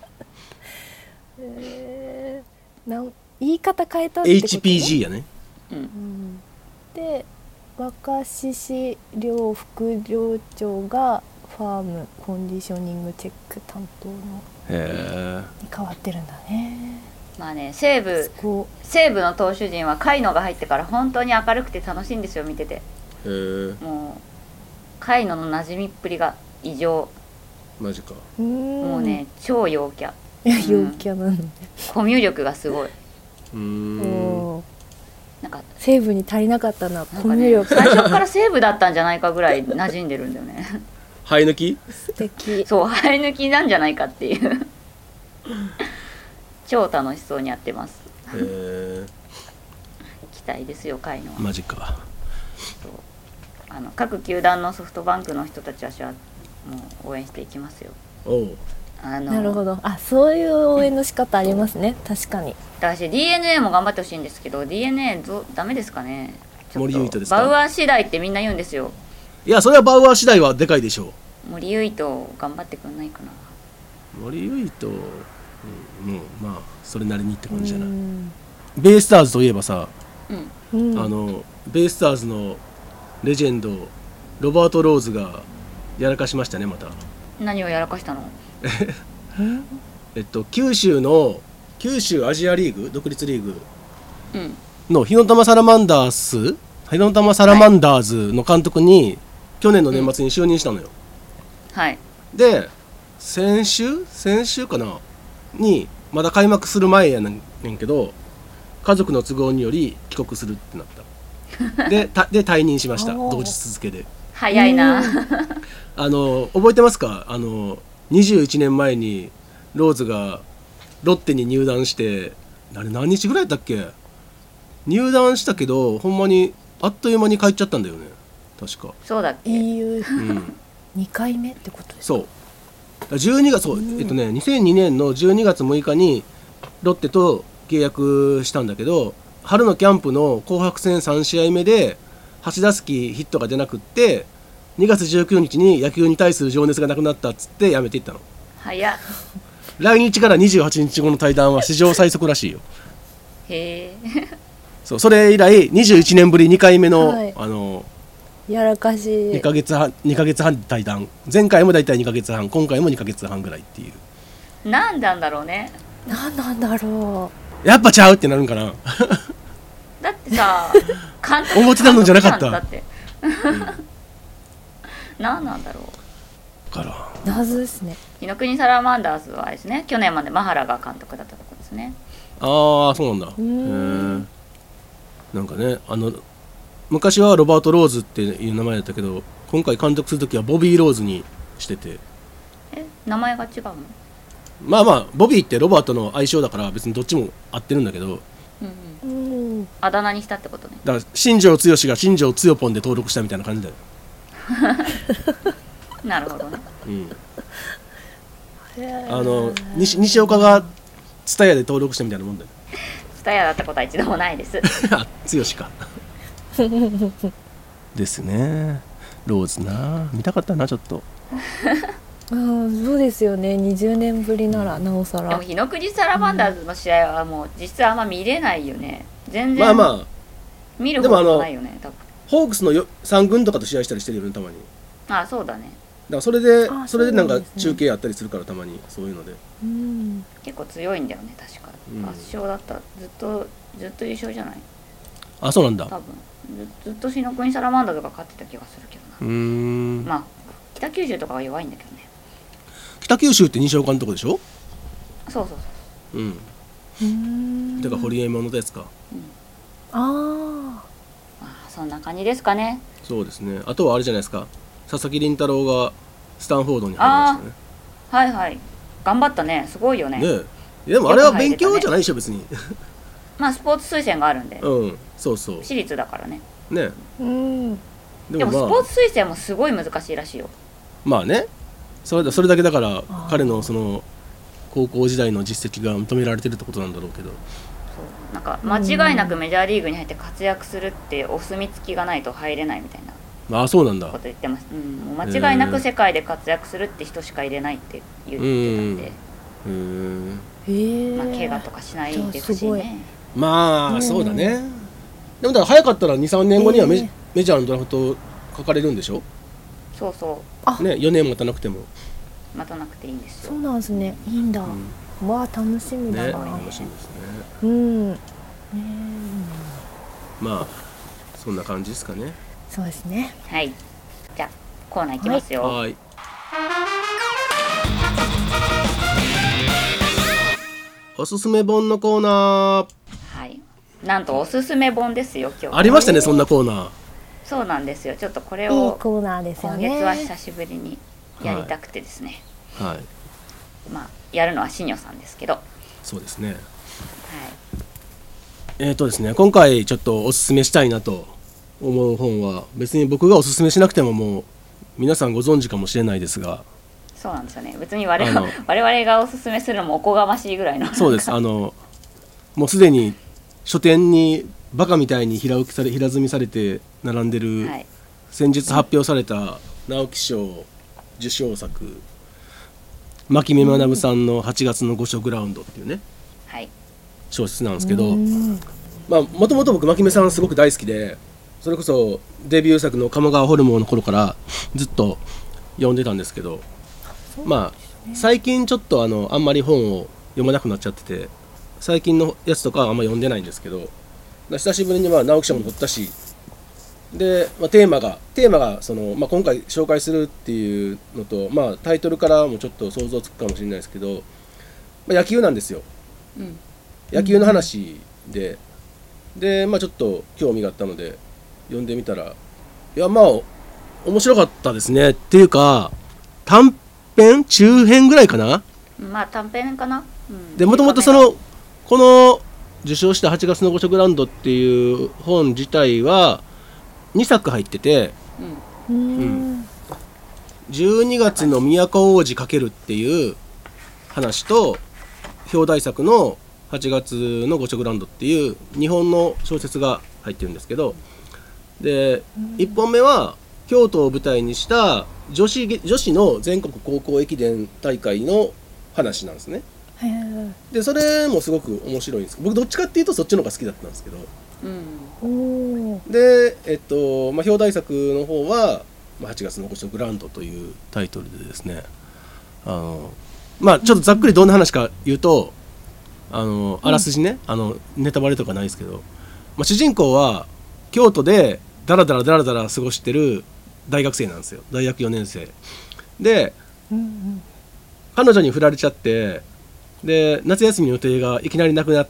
Speaker 4: 言い方変えたってこと？
Speaker 3: HPG やね。
Speaker 4: で若獅子寮副寮長がファームコンディショニングチェック担当のに変わってるんだね。
Speaker 2: まあね、西武の投手陣は甲斐野が入ってから本当に明るくて楽しいんですよ見てて。もう甲斐野の馴染みっぷりが異常。
Speaker 3: マジか。
Speaker 2: もうね超陽キャ。
Speaker 4: 陽キャなの。
Speaker 2: コミュ力がすごい。なんか
Speaker 4: 西武に足りなかったなコミュ力。
Speaker 2: 最初から西武だったんじゃないかぐらい馴染んでるんだよね。
Speaker 3: 生え抜き？
Speaker 4: 素敵。
Speaker 2: そう生え抜きなんじゃないかっていう。超楽しそうにやってます。期待ですよ甲斐野は。
Speaker 3: マジか。
Speaker 2: 各球団のソフトバンクの人たちはもう応援していきますよ。
Speaker 4: なるほど。そういう応援の仕方ありますね。確かに。
Speaker 2: だし DNA も頑張ってほしいんですけど DNA ダメですかね。
Speaker 3: 森唯斗ですか？
Speaker 2: バウアー次第ってみんな言うんですよ。
Speaker 3: いやそれはバウアー次第はでかいでしょう。
Speaker 2: 森唯斗頑張ってくんないかな。
Speaker 3: 森唯斗、まあそれなりにって感じじゃない。ベイスターズといえばさ、ベイスターズのレジェンドロバート・ローズがやらかしましたねまた。
Speaker 2: 何をやらかしたの？
Speaker 3: 九州アジアリーグ独立リーグの火の玉サラマンダーズの監督に去年の年末に就任したのよ。で先週かなにまだ開幕する前やねんけど家族の都合により帰国するってなったで退任しました同日付で。
Speaker 2: 早いな。
Speaker 3: 覚えてますか21年前にローズがロッテに入団して何日ぐらいだっけ入団したけどほんまにあっという間に帰っちゃったんだよね確か。
Speaker 2: そうだっけ。
Speaker 4: 2回目ってことですか。
Speaker 3: そう12月2002年の12月6日にロッテと契約したんだけど春のキャンプの紅白戦3試合目で8打席ヒットが出なくって2月19日に野球に対する情熱がなくなったっつってやめていったの。
Speaker 2: 早っ。
Speaker 3: 来日から28日後の退団は史上最速らしいよ。
Speaker 2: へえ。
Speaker 3: それ以来21年ぶり2回目の、
Speaker 4: やらかし
Speaker 3: 2ヶ月半で退団。前回もだいたい2ヶ月半今回も2ヶ月半ぐらいっていう。
Speaker 2: 何なんだろうね。
Speaker 4: 何なんだろ
Speaker 3: う。やっぱちゃうってなるんかな。
Speaker 2: だってさ監督
Speaker 3: 思ってたのじゃなかった。
Speaker 2: だって何なんだろう
Speaker 3: から
Speaker 4: 謎ですね。
Speaker 2: 日の国サラマンダーズはですね去年までマハラが監督だったところですね。
Speaker 3: そうなんだ。なんかね昔はロバート・ローズっていう名前だったけど今回監督するときはボビー・ローズにしてて。
Speaker 2: 名前が違うの？
Speaker 3: まあボビーってロバートの愛称だから別にどっちも合ってるんだけど、
Speaker 2: あだ名にしたってことね。
Speaker 3: だから新庄剛志が新庄つよぽんで登録したみたいな感じだよ。
Speaker 2: なるほどね。
Speaker 3: 西岡がツタヤで登録したみたいなもんだよ。
Speaker 2: ツタヤだったことは一度もないです。
Speaker 3: 剛かですね。ローズな見たかったなちょっと。
Speaker 4: そうですよね。20年ぶりならなおさら。
Speaker 2: でも日の国サラマンダーズの試合はもう実質あんま見れないよね。全然見ることないよね多分。
Speaker 3: ホークスの3軍とかと試合したりしてるよねたまに。
Speaker 2: あ、そうだね。
Speaker 3: だからそれで
Speaker 4: あ
Speaker 3: なんか
Speaker 4: そうなんですね
Speaker 3: 中継やったりするからたまにそういうので。
Speaker 4: うん
Speaker 2: 結構強いんだよね確か、
Speaker 3: うん
Speaker 2: 圧勝だったらずっと優勝じゃない
Speaker 3: あ、そうなんだ。
Speaker 2: 多分ずっとシノクニサラマンダとか勝ってた気がするけどな。まあ北九州とかは弱いんだけどね。
Speaker 3: 北九州って西岡のとこでしょ。
Speaker 2: そうそうそう。
Speaker 3: だから堀江物ですか。
Speaker 2: まあそんな感じですかね。
Speaker 3: そうですね。あとはあれじゃないですか、佐々木麟太郎がスタンフォードに入りましたね。
Speaker 2: はいはい、頑張ったね。すごいよね。
Speaker 3: ねえ、でもあれは勉強じゃないでしょ別に。
Speaker 2: まあスポーツ推薦があるんで、
Speaker 3: そうそう
Speaker 2: 私立だからね。
Speaker 3: ね。
Speaker 2: でもスポーツ推薦もすごい難しいらしいよ。
Speaker 3: まあね、それだけだから彼のその高校時代の実績が認められてるってことなんだろうけど、
Speaker 2: そうなんか間違いなくメジャーリーグに入って活躍するってお墨付きがないと入れないみたいな
Speaker 3: そうなんだ
Speaker 2: こと言ってます。もう間違いなく世界で活躍するって人しか入れないって言ってたんで、まあ怪我とかしないでほしいね。
Speaker 3: まあそうだね。でもだから早かったら 2,3 年後にはメジャーのドラフト書かれるんでしょ。
Speaker 2: そうそう
Speaker 3: ね、4年待たなくても
Speaker 2: 待たなくていいんですよ。
Speaker 4: そうなんですね。いいんだ。わあ楽しみだな。
Speaker 3: ね、楽しみですね。まあそんな感じですかね。
Speaker 4: そうですね。
Speaker 2: はい。じゃあコーナーいきますよ。
Speaker 3: はい。おすすめ本のコーナー。
Speaker 2: はい。なんとおすすめ本ですよ今日。
Speaker 3: ありましたねそんなコーナー。
Speaker 2: そうなんですよ。ちょっとこれ
Speaker 4: いい
Speaker 2: を
Speaker 4: コーナーですよね。
Speaker 2: 今月は久しぶりにやりたくてですね。
Speaker 3: はい。
Speaker 2: まあやるのはシニョさんですけど。
Speaker 3: そうですね。
Speaker 2: はい。
Speaker 3: ですね、今回ちょっとおすすめしたいなと思う本は別に僕がおすすめしなくてももう皆さんご存知かもしれないですが、
Speaker 2: そうなんですよね。別に我々がおすすめするのもおこがましいぐらいの。
Speaker 3: そうです。もうすでに書店にバカみたいに平積みされて並んでる、
Speaker 2: はい、
Speaker 3: 先日発表された直木賞受賞作牧目学さんの8月の御所グラウンドっていうね、
Speaker 2: はい、
Speaker 3: 小説なんですけど、もともと僕牧目さんすごく大好きで、それこそデビュー作の鴨川ホルモンの頃からずっと読んでたんですけど、最近ちょっとあんまり本を読まなくなっちゃってて最近のやつとかはあんま読んでないんですけど、久しぶりに直木賞も取ったし、で、テーマがその、今回紹介するっていうのと、タイトルからもちょっと想像つくかもしれないですけど、野球なんですよ、野球の話で、ちょっと興味があったので読んでみたら、いや面白かったですね。っていうか短編中編ぐらいかな。
Speaker 2: 短編かな。
Speaker 3: でもともとこの受賞した8月の御所グラウンドっていう本自体は2作入ってて、12月の都王子×っていう話と表題作の8月の御所グラウンドっていう2本の小説が入ってるんですけど、で1本目は京都を舞台にした女子の全国高校駅伝大会の話なんですね。でそれもすごく面白いんです。僕どっちかっていうとそっちの方が好きだったんですけど、で表題作の方は8月の御所グラウンドというタイトルでですね、ちょっとざっくりどんな話か言うと、あらすじね、ネタバレとかないですけど、主人公は京都でダラダラ過ごしてる大学生なんですよ。大学4年生で、彼女に振られちゃって、で夏休みの予定がいきなりなくなって、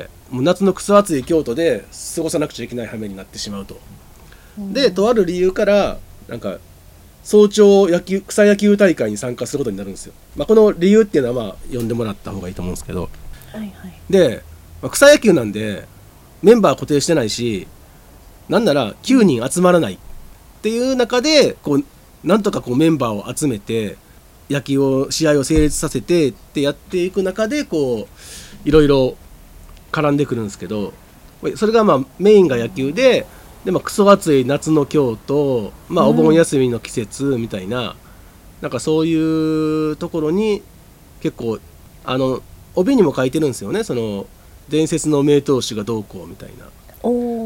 Speaker 3: もう夏のクソ暑い京都で過ごさなくちゃいけない羽目になってしまうと。でとある理由からなんか早朝草野球大会に参加することになるんですよ。この理由っていうのは読んでもらった方がいいと思うんですけど、で、草野球なんでメンバー固定してないし、なんなら9人集まらないっていう中でなんとかメンバーを集めて試合を成立させてってやっていく中でいろいろ絡んでくるんですけど、それがメインが野球で、クソ暑い夏の京都、お盆休みの季節みたいな、なんかそういうところに結構帯にも書いてるんですよね。その伝説の名投手がどうこうみたいな。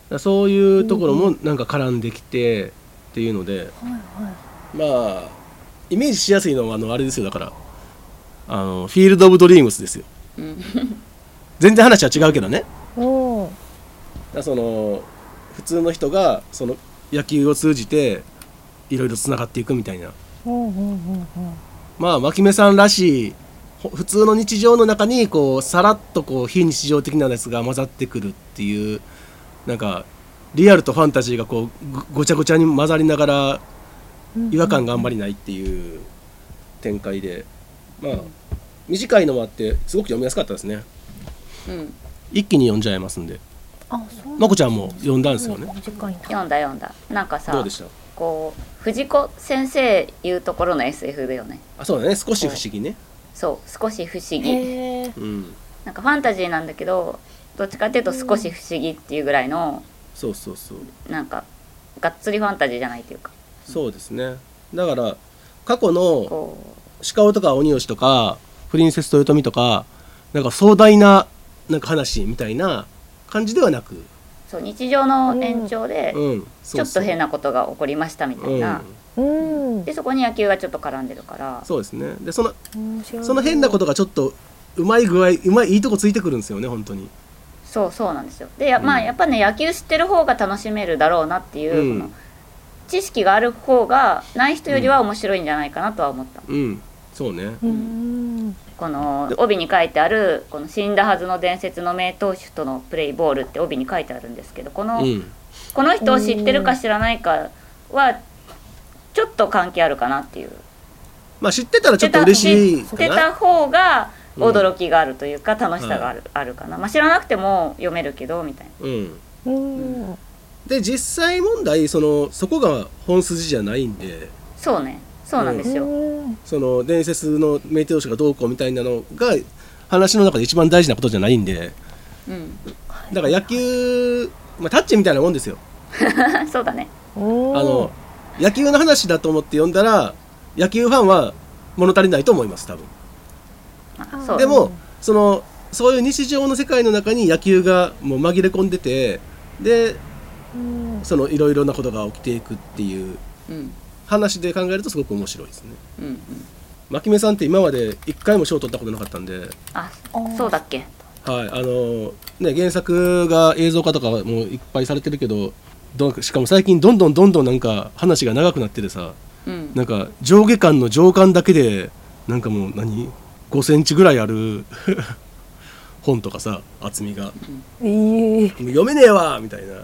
Speaker 3: そういうところもなんか絡んできてっていうので、まあイメージしやすいのはあれですよ。だからフィールド・オブ・ドリームスですよ。全然話は違うけどね。だその普通の人がその野球を通じていろいろつながっていくみたいな、まあ牧目さんらしい普通の日常の中にこうさらっとこう非日常的なやつが混ざってくるっていう、なんかリアルとファンタジーがこうごちゃごちゃに混ざりながら違和感があんまりないっていう展開で、まあ短いのもあってすごく読みやすかったですね。一気に読んじゃいますんで。まこちゃんも読んだんですよね。
Speaker 2: 読んだ。なんかさ、
Speaker 3: どうでした？
Speaker 2: こう藤子先生いうところの SF だよね。
Speaker 3: そうだね。少し不思議ね。
Speaker 2: そう少し不思議、なんかファンタジーなんだけどどっちかっていうと少し不思議っていうぐらいの、
Speaker 3: そう
Speaker 2: なんかがっつりファンタジーじゃないっていうか、
Speaker 3: そうですね。だから過去の鹿尾とか鬼吉とかプリンセス豊臣とかなんか壮大ななんか話みたいな感じではなく、
Speaker 2: そう日常の延長でちょっと変なことが起こりましたみたいな、でそこに野球がちょっと絡んでるから、
Speaker 3: そうですね。でその変なことがちょっとうまいいいとこついてくるんですよね、本当に。そう
Speaker 2: なんですよ。でまあやっぱね野球知ってる方が楽しめるだろうなっていう、この知識がある方がない人よりは面白いんじゃないかなとは思った。
Speaker 3: そうね。
Speaker 2: この帯に書いてあるこの死んだはずの伝説の名投手とのプレイボールって帯に書いてあるんですけど、この人を知ってるか知らないかはちょっと関係あるかなっていう。
Speaker 3: まあ知ってたらちょっと嬉しいかな。
Speaker 2: 知ってた方が驚きがあるというか楽しさがあるかな。まあ知らなくても読めるけどみたいな。
Speaker 3: で実際問題そこが本筋じゃないんで。そうね。
Speaker 2: そうなんですよ。
Speaker 3: その伝説の名投手がどうこうみたいなのが話の中で一番大事なことじゃないんで、だから野球、タッチみたいなもんですよ。
Speaker 2: そうだね。
Speaker 3: 野球の話だと思って読んだら野球ファンは物足りないと思います多分。でもそういう日常の世界の中に野球がもう紛れ込んでて、でいろいろなことが起きていくっていう話で考えるとすごく面白いですね。牧目さんって今まで一回も賞を取ったことなかったんで。
Speaker 2: そうだっけ。
Speaker 3: 原作が映像化とかもいっぱいされてるけど、しかも最近どんどんなんか話が長くなっててさ、なんか上下巻の上巻だけでなんかもう5センチぐらいある本とかさ、厚みが、読めねえわみたいな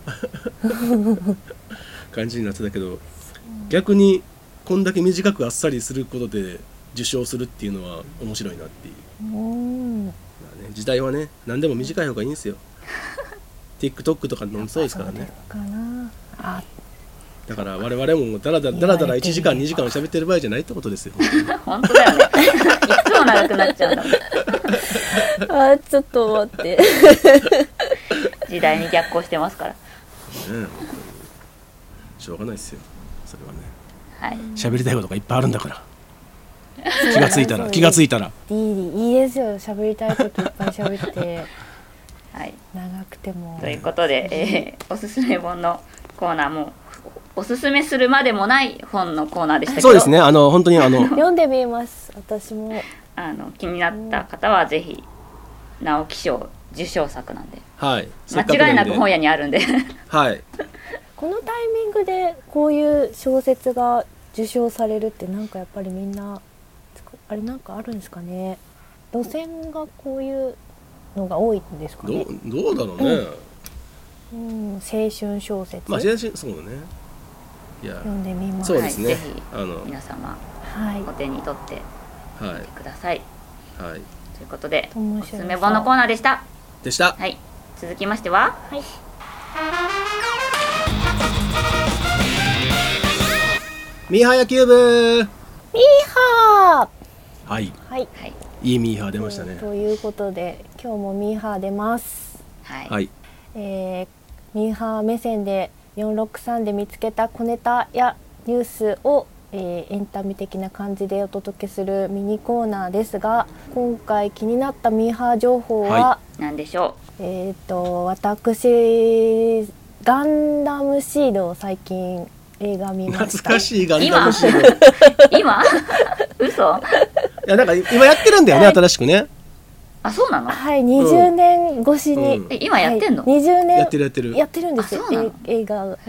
Speaker 3: 感じになってたけど、逆にこんだけ短くあっさりすることで受賞するっていうのは面白いなっていう。時代はね何でも短い方がいいんですよ。TikTok とかもそうですからね。だから我々もだらだら1時間2時間喋ってる場合じゃないってことですよ。
Speaker 2: 本当だよね。いつも長くなっちゃうんだもん。
Speaker 4: ちょっと待って。
Speaker 2: 時代に逆行してますから。
Speaker 3: しょうがないですよそれはね。喋りたいことがいっぱいあるんだから。気がついたら
Speaker 4: いいですよ、喋りたいこといっぱい喋って長くても。
Speaker 2: ということで、おすすめ本のコーナーもおすすめするまでもない本のコーナーでしたけど、
Speaker 3: そうですね。本当に
Speaker 4: 読んでみます。私も
Speaker 2: 気になった方はぜひ直木賞受賞作なんで、
Speaker 3: はい、
Speaker 2: 間違いなく本屋にあるんで
Speaker 3: はい
Speaker 4: このタイミングでこういう小説が受賞されるってなんかやっぱりみんなあれなんかあるんですかね。路線がこういうのが多いんですかね。
Speaker 3: どうだろうね。
Speaker 4: 青春小説。
Speaker 3: 青春そうだね。
Speaker 4: 読んでみます。
Speaker 3: そうですね。
Speaker 2: ぜひ皆様お手に取ってみてください。ということでおすすめ本のコーナーでした。はい。続きましては。
Speaker 3: ミーハー野球部。
Speaker 4: ミーハー。
Speaker 3: はい、いいミーハー出ましたね。
Speaker 4: ということで今日もミーハー出ます。ミーハー目線で463で見つけた小ネタやニュースを、エンタメ的な感じでお届けするミニコーナーですが、今回気になったミーハー情報は、
Speaker 2: 何でしょう。
Speaker 4: 私ガンダムシードを最近映画見ました。
Speaker 3: 懐かしいガンダムシード。
Speaker 2: 今嘘。
Speaker 3: いやなんか今やってるんだよね、新しくね。
Speaker 2: あ、そうなの。
Speaker 4: はい、20年越しに、
Speaker 2: 今やってんの、
Speaker 4: はい、20年
Speaker 3: やってる
Speaker 4: んですよ、映画。はい、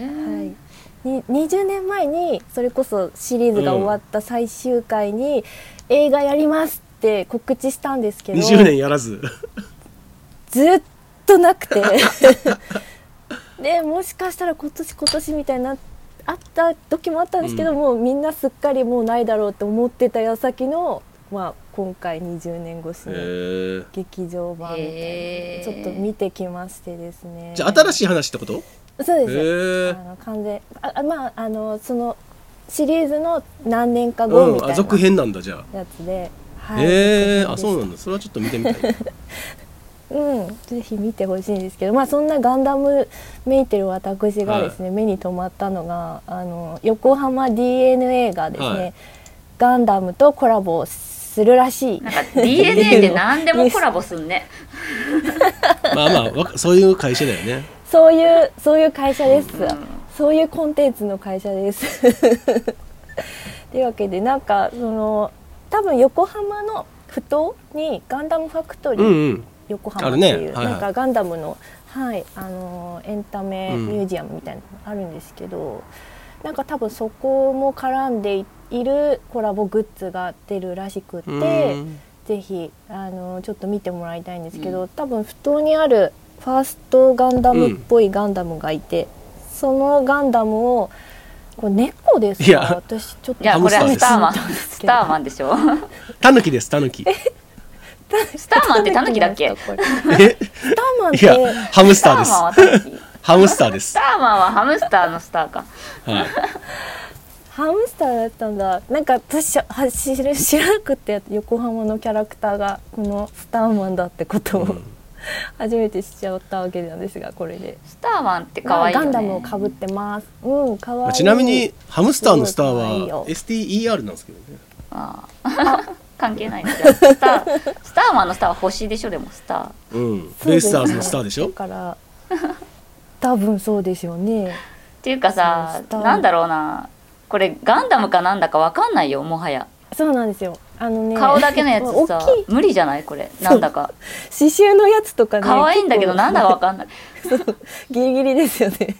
Speaker 2: 20
Speaker 4: 20年前にそれこそシリーズが終わった最終回に映画やりますって告知したんですけど、
Speaker 3: 20年やらず
Speaker 4: ずっとなくてでもしかしたら今年みたいなあった時もあったんですけど、もうみんなすっかりもうないだろうって思ってた矢先の、まあ、今回20年越しの劇場版みたいなちょっと見てきましてですね。
Speaker 3: じゃあ新しい話ってこと？
Speaker 4: そうです。完全まあそのシリーズの何年か後みたいな、
Speaker 3: 続編なんだじゃあ
Speaker 4: やつで、はい、
Speaker 3: あ、そうなんだ。それはちょっと見てみたい
Speaker 4: ぜひ見てほしいんですけど、まあそんなガンダムめいてる私がですね、目に留まったのが横浜 DNA がですね、ガンダムとコラボするらしい。
Speaker 2: なんか DNA って何でもコラボすんね
Speaker 3: まあそういう会社だよね。
Speaker 4: そういう会社です、そういうコンテンツの会社ですというわけで、なんか多分横浜の埠頭にガンダムファクトリー、横浜っていう、なんかガンダムの、エンタメミュージアムみたいなのがあるんですけど、なんか多分そこも絡んでいるコラボグッズが出るらしくて、ぜひちょっと見てもらいたいんですけど、多分埠頭にあるファーストガンダムっぽいガンダムがいて、そのガンダムをこれ猫ですか？
Speaker 3: いや
Speaker 4: 私ちょっと
Speaker 2: いやこれはスターマンでしょ。
Speaker 3: タヌキです、タヌキ。
Speaker 2: スターマンってタヌキだっけ？
Speaker 4: スターマンって
Speaker 3: いやハムスターです。ハムスターです。
Speaker 2: スターマンはハムスターのスターか。
Speaker 3: はい。
Speaker 4: ハムスターだったんだ。なんか私知らなくて、横浜のキャラクターがこのスターマンだってことを、初めて知っちゃったわけなんですが、これで
Speaker 2: スターマンって可愛いよね。
Speaker 4: ガンダムをかぶってます。可愛い。
Speaker 3: ちなみにハムスターのスターは STER なんですけどね。
Speaker 2: 関係ないね。スターマンのスターは星でしょ。でもスター、
Speaker 3: ベイスターズのスターでしょ。
Speaker 4: だから多分そうでしょうね。
Speaker 2: っていうかさ、なんだろうな、これガンダムかなんだかわかんないよ、もはや。
Speaker 4: そうなんですよ。
Speaker 2: 顔だけのやつさ無理じゃないこれ。なんだか
Speaker 4: 刺繍のやつとかね、
Speaker 2: 可愛いんだけどなんだかわかんない
Speaker 4: ギリギリですよね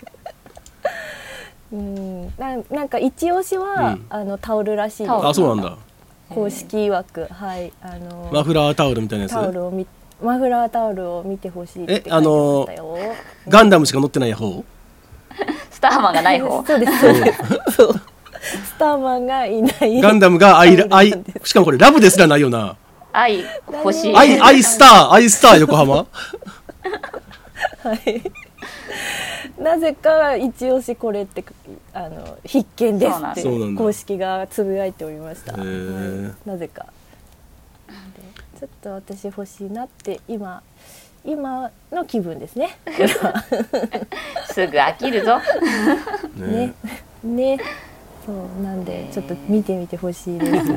Speaker 4: なんか一押しは、タオルらしいです。
Speaker 3: あ、そうなんだ。
Speaker 4: 公式枠、はい、
Speaker 3: マフラータオルみたいなやつ。
Speaker 4: マフラータオルを見てほしいって書いてましたよ。
Speaker 3: ガンダムしか乗ってない方？
Speaker 2: スターマンがない方？
Speaker 4: そうですそうスターマンがいない。
Speaker 3: ガンダムが愛しかもこれラブですらないよな。
Speaker 2: 愛欲しい。
Speaker 3: 愛スター横浜
Speaker 4: はいなぜか一押しこれって必見ですって公式がつぶやいておりました。なぜかちょっと私欲しいなって今の気分ですね
Speaker 2: すぐ飽きるぞ
Speaker 4: ねそうなんでちょっと見てみてほしいです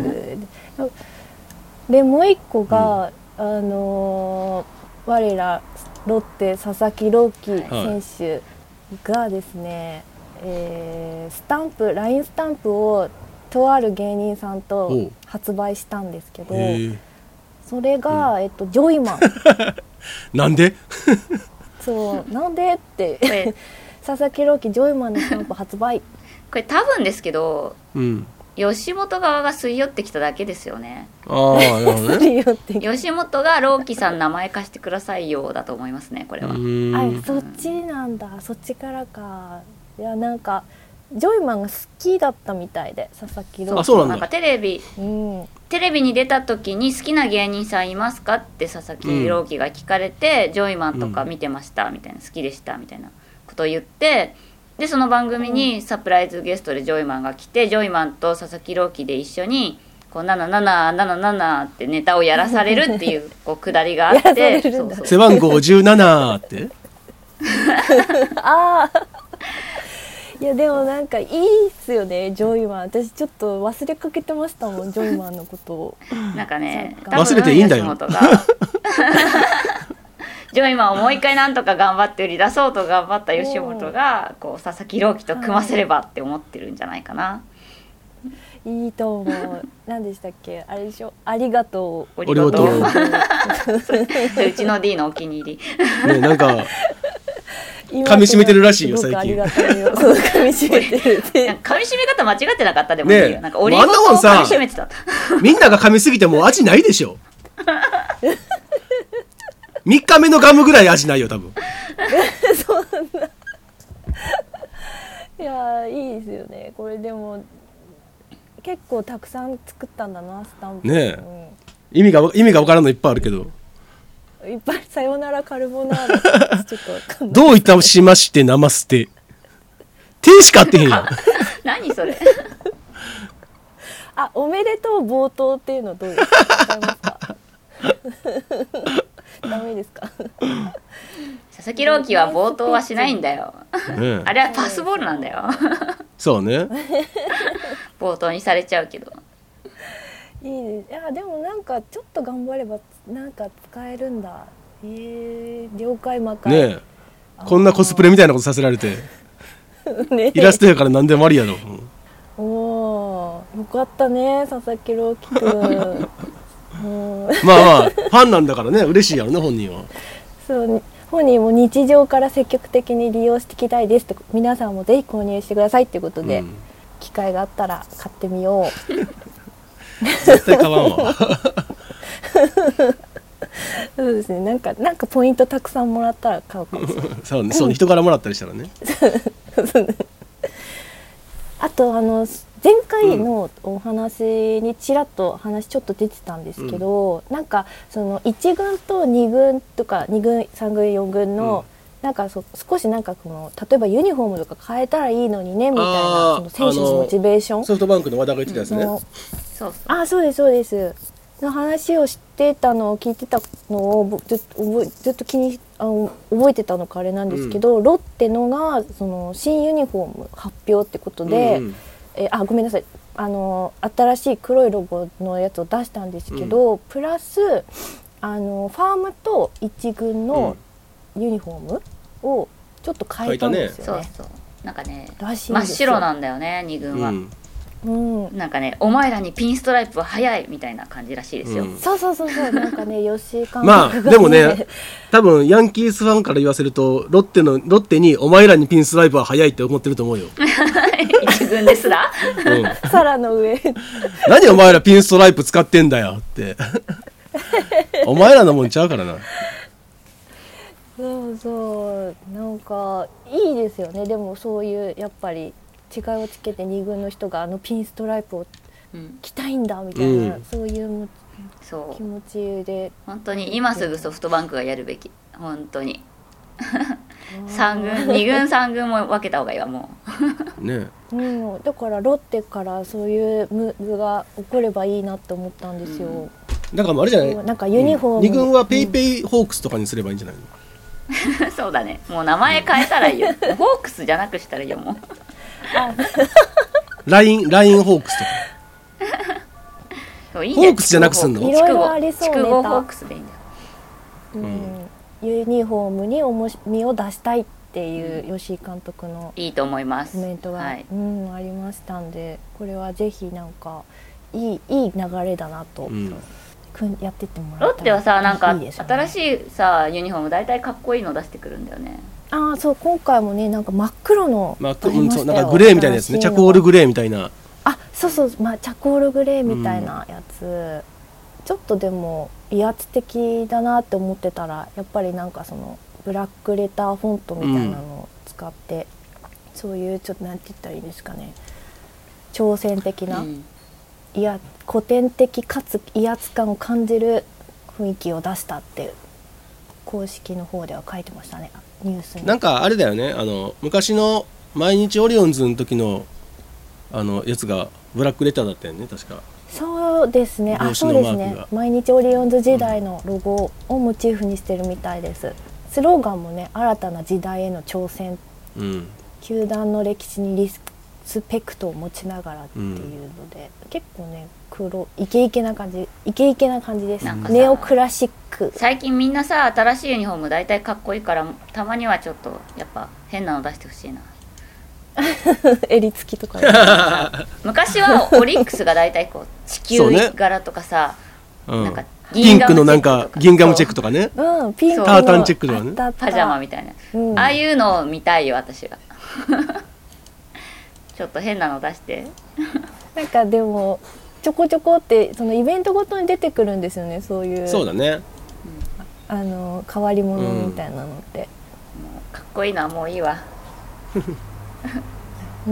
Speaker 4: でもう一個が、我らロッテ佐々木朗希選手がですね、LINE スタンプをとある芸人さんと発売したんですけど、それが、ジョイマン
Speaker 3: なんで
Speaker 4: そうなんでって佐々木朗希ジョイマンのスタンプ発売。
Speaker 2: これ多分ですけど、吉本側が吸い寄ってきただけですよね。吉本が朗希さん名前貸してくださいよだと思いますね、これは。
Speaker 4: そっちなんだ、そっちからか。いやなんかジョイマンが好きだったみたいで、佐々木朗希。
Speaker 2: なんかテレビに出た時に好きな芸人さんいますかって佐々木朗希が聞かれて、ジョイマンとか見てましたみたいな、好きでしたみたいなことを言って、でその番組にサプライズゲストでジョイマンが来て、ジョイマンと佐々木朗希で一緒にこう7777ってネタをやらされるっていうこうくだりがあって
Speaker 3: 背番号17って
Speaker 4: いやでもなんかいいっすよね、ジョイマン。私ちょっと忘れかけてましたもん、ジョイマンのことを。
Speaker 2: なんかね、
Speaker 3: 忘れていいんだよ。
Speaker 2: ジでも今もう一回なんとか頑張って売り出そうと頑張った吉本がこう佐々木朗希と組ませればって思ってるんじゃないかな。
Speaker 4: いいと思う。何でしたっけ、あれでしょ、ありがとう
Speaker 2: オリゴ糖
Speaker 3: オリゴ糖
Speaker 2: うちの D のお気に入り。
Speaker 3: ね、なんか噛み締めてるらしいよ最近。
Speaker 4: ありがたいよ。そう噛み締めてるって
Speaker 2: 噛み締め方間違ってなかったでもいいよ、
Speaker 3: ね、
Speaker 2: なんかオリゴ糖を噛み締めてた。
Speaker 3: みんなが噛みすぎてもう味ないでしょ。3日目のガムぐらい味ないよ多分。
Speaker 4: そうなんだ。いやいいですよねこれ。でも結構たくさん作ったんだなスタンプ。
Speaker 3: ねえ、意味が分からんのいっぱいあるけど、
Speaker 4: いっぱいさよならカルボナーラちょっとわかんない。
Speaker 3: どういたしましてナマステ手しかあってへんやん。
Speaker 2: 何それ。
Speaker 4: あ、おめでとう冒頭っていうのどうですか。わかりますか。ダメですか。
Speaker 2: 佐々木朗希は冒頭はしないんだよ。
Speaker 3: ね
Speaker 2: あれはパスボールなんだよ。
Speaker 3: そうね。
Speaker 2: 冒頭にされちゃうけど。
Speaker 4: いいです。いやでもなんかちょっと頑張ればなんか使えるんだ。了解魔界。
Speaker 3: ねえ、こんなコスプレみたいなことさせられて
Speaker 4: ね、
Speaker 3: イラストやから何でもありやろ。
Speaker 4: おおー、よかったね佐々木朗希くん。
Speaker 3: まあファンなんだからね嬉しいやろね本人は。
Speaker 4: そう本人も日常から積極的に利用していきたいですと、皆さんもぜひ購入してくださいっていうことで、機会があったら買ってみよう。
Speaker 3: 絶対買わんわ。
Speaker 4: そうですね、なんかポイントたくさんもらったら買うかもしれない。
Speaker 3: そうね、そうね、人からもらったりしたらね。
Speaker 4: あと前回のお話にちらっと話ちょっと出てたんですけど、なんかその1軍と2軍とか2軍3軍4軍の、なんか少しなんかこの例えばユニフォームとか変えたらいいのにねみたいな、その選手のモチベーション、
Speaker 3: ソフトバンクの和田が言ってたやつね。
Speaker 2: そう
Speaker 4: あ、そうですそうですの話をしてたのを聞いてたのをずっと気に覚えてたのかあれなんですけど、ロッテのがその新ユニフォーム発表ってことで、ごめんなさい、新しい黒いロゴのやつを出したんですけど、プラスファームと1軍のユニフォームをちょっと変えたんですよね。
Speaker 2: そうなんかね
Speaker 4: らしいん
Speaker 2: 真っ
Speaker 4: ですよ。
Speaker 2: 白なんだよね2軍は。なんかね、お前らにピンストライプは早いみたいな感じらしいですよ。
Speaker 4: そうなんかね吉井監督が、
Speaker 3: まあでもね、多分ヤンキースファンから言わせるとロッテにお前らにピンストライプは早いって思ってると思うよ。
Speaker 2: 一軍ですら、
Speaker 4: さらの上
Speaker 3: 何お前らピンストライプ使ってんだよってお前らのもんちゃうからな。
Speaker 4: そうなんかいいですよね。でもそういうやっぱり違いをつけて2軍の人がピンストライプを着たいんだみたいな、そういう気持ちで、
Speaker 2: 本当に今すぐソフトバンクがやるべき、本当に3軍2軍3軍も分けた方がいいわもう
Speaker 3: ね。
Speaker 4: だからロッテからそういうムーブが起こればいいなって思ったんですよ。
Speaker 3: だからあれじゃない、
Speaker 4: なんかユニフォーム、
Speaker 3: 2軍はペイペイホークスとかにすればいいんじゃないの。
Speaker 2: そうだね、もう名前変えたらいいよ。ホークスじゃなくしたらいいよもう。
Speaker 3: ラインホークスとか。
Speaker 2: そういい
Speaker 3: ホークスじゃなくすんの？
Speaker 4: いろいろありそう。
Speaker 2: 筑後ホークスでいいんだよ。
Speaker 4: ユニフォームに重みを出したいっていう吉井監督の
Speaker 2: いいと思います。
Speaker 4: コメントが、ありましたんで、これはぜひなんかいい流れだなと、やってってもらったら。
Speaker 2: ロッテはさ、なんか
Speaker 4: いいですよね、
Speaker 2: 新しいさユニフォーム大体かっこいいの出してくるんだよね。
Speaker 4: そう今回もねなんか真っ黒の
Speaker 3: なんかグレーみたいなやつね、チャコールグレーみたいな。
Speaker 4: そう、チャコールグレーみたいなやつ、ちょっとでも威圧的だなって思ってたら、やっぱりなんかそのブラックレターフォントみたいなのを使って、そういうちょっとなんて言ったらいいですかね、挑戦的な、古典的かつ威圧感を感じる雰囲気を出したって公式の方では書いてましたね、ニュースに。
Speaker 3: なんかあれだよね、昔の毎日オリオンズの時のやつがブラックレターだったよね確か。
Speaker 4: そうですね、そうですね、毎日オリオンズ時代のロゴをモチーフにしてるみたいです。スローガンもね、新たな時代への挑戦、球団の歴史にリスペクトを持ちながらっていうので、結構ねイケイケな感じです。ネオクラシック
Speaker 2: 最近みんなさ新しいユニフォーム大体かっこいいからたまにはちょっとやっぱ変なの出してほしいな。
Speaker 4: 襟付きとか
Speaker 2: 昔はオリックスが大体こう地球柄とかさ、
Speaker 3: うん、
Speaker 2: なんか
Speaker 3: ピンクのなんかギンガムチェックとかね、
Speaker 4: うん、ピンクの
Speaker 3: タータンチェックとかね、
Speaker 2: パジャマみたいな、うん、ああいうのを見たいよ私はちょっと変なの出して
Speaker 4: なんかでもちょこちょこってそのイベントごとに出てくるんですよね、そういう。
Speaker 3: そうだね、
Speaker 4: 変わり者みたいなのって、
Speaker 2: もうかっこいいのはもういいわ
Speaker 4: うん、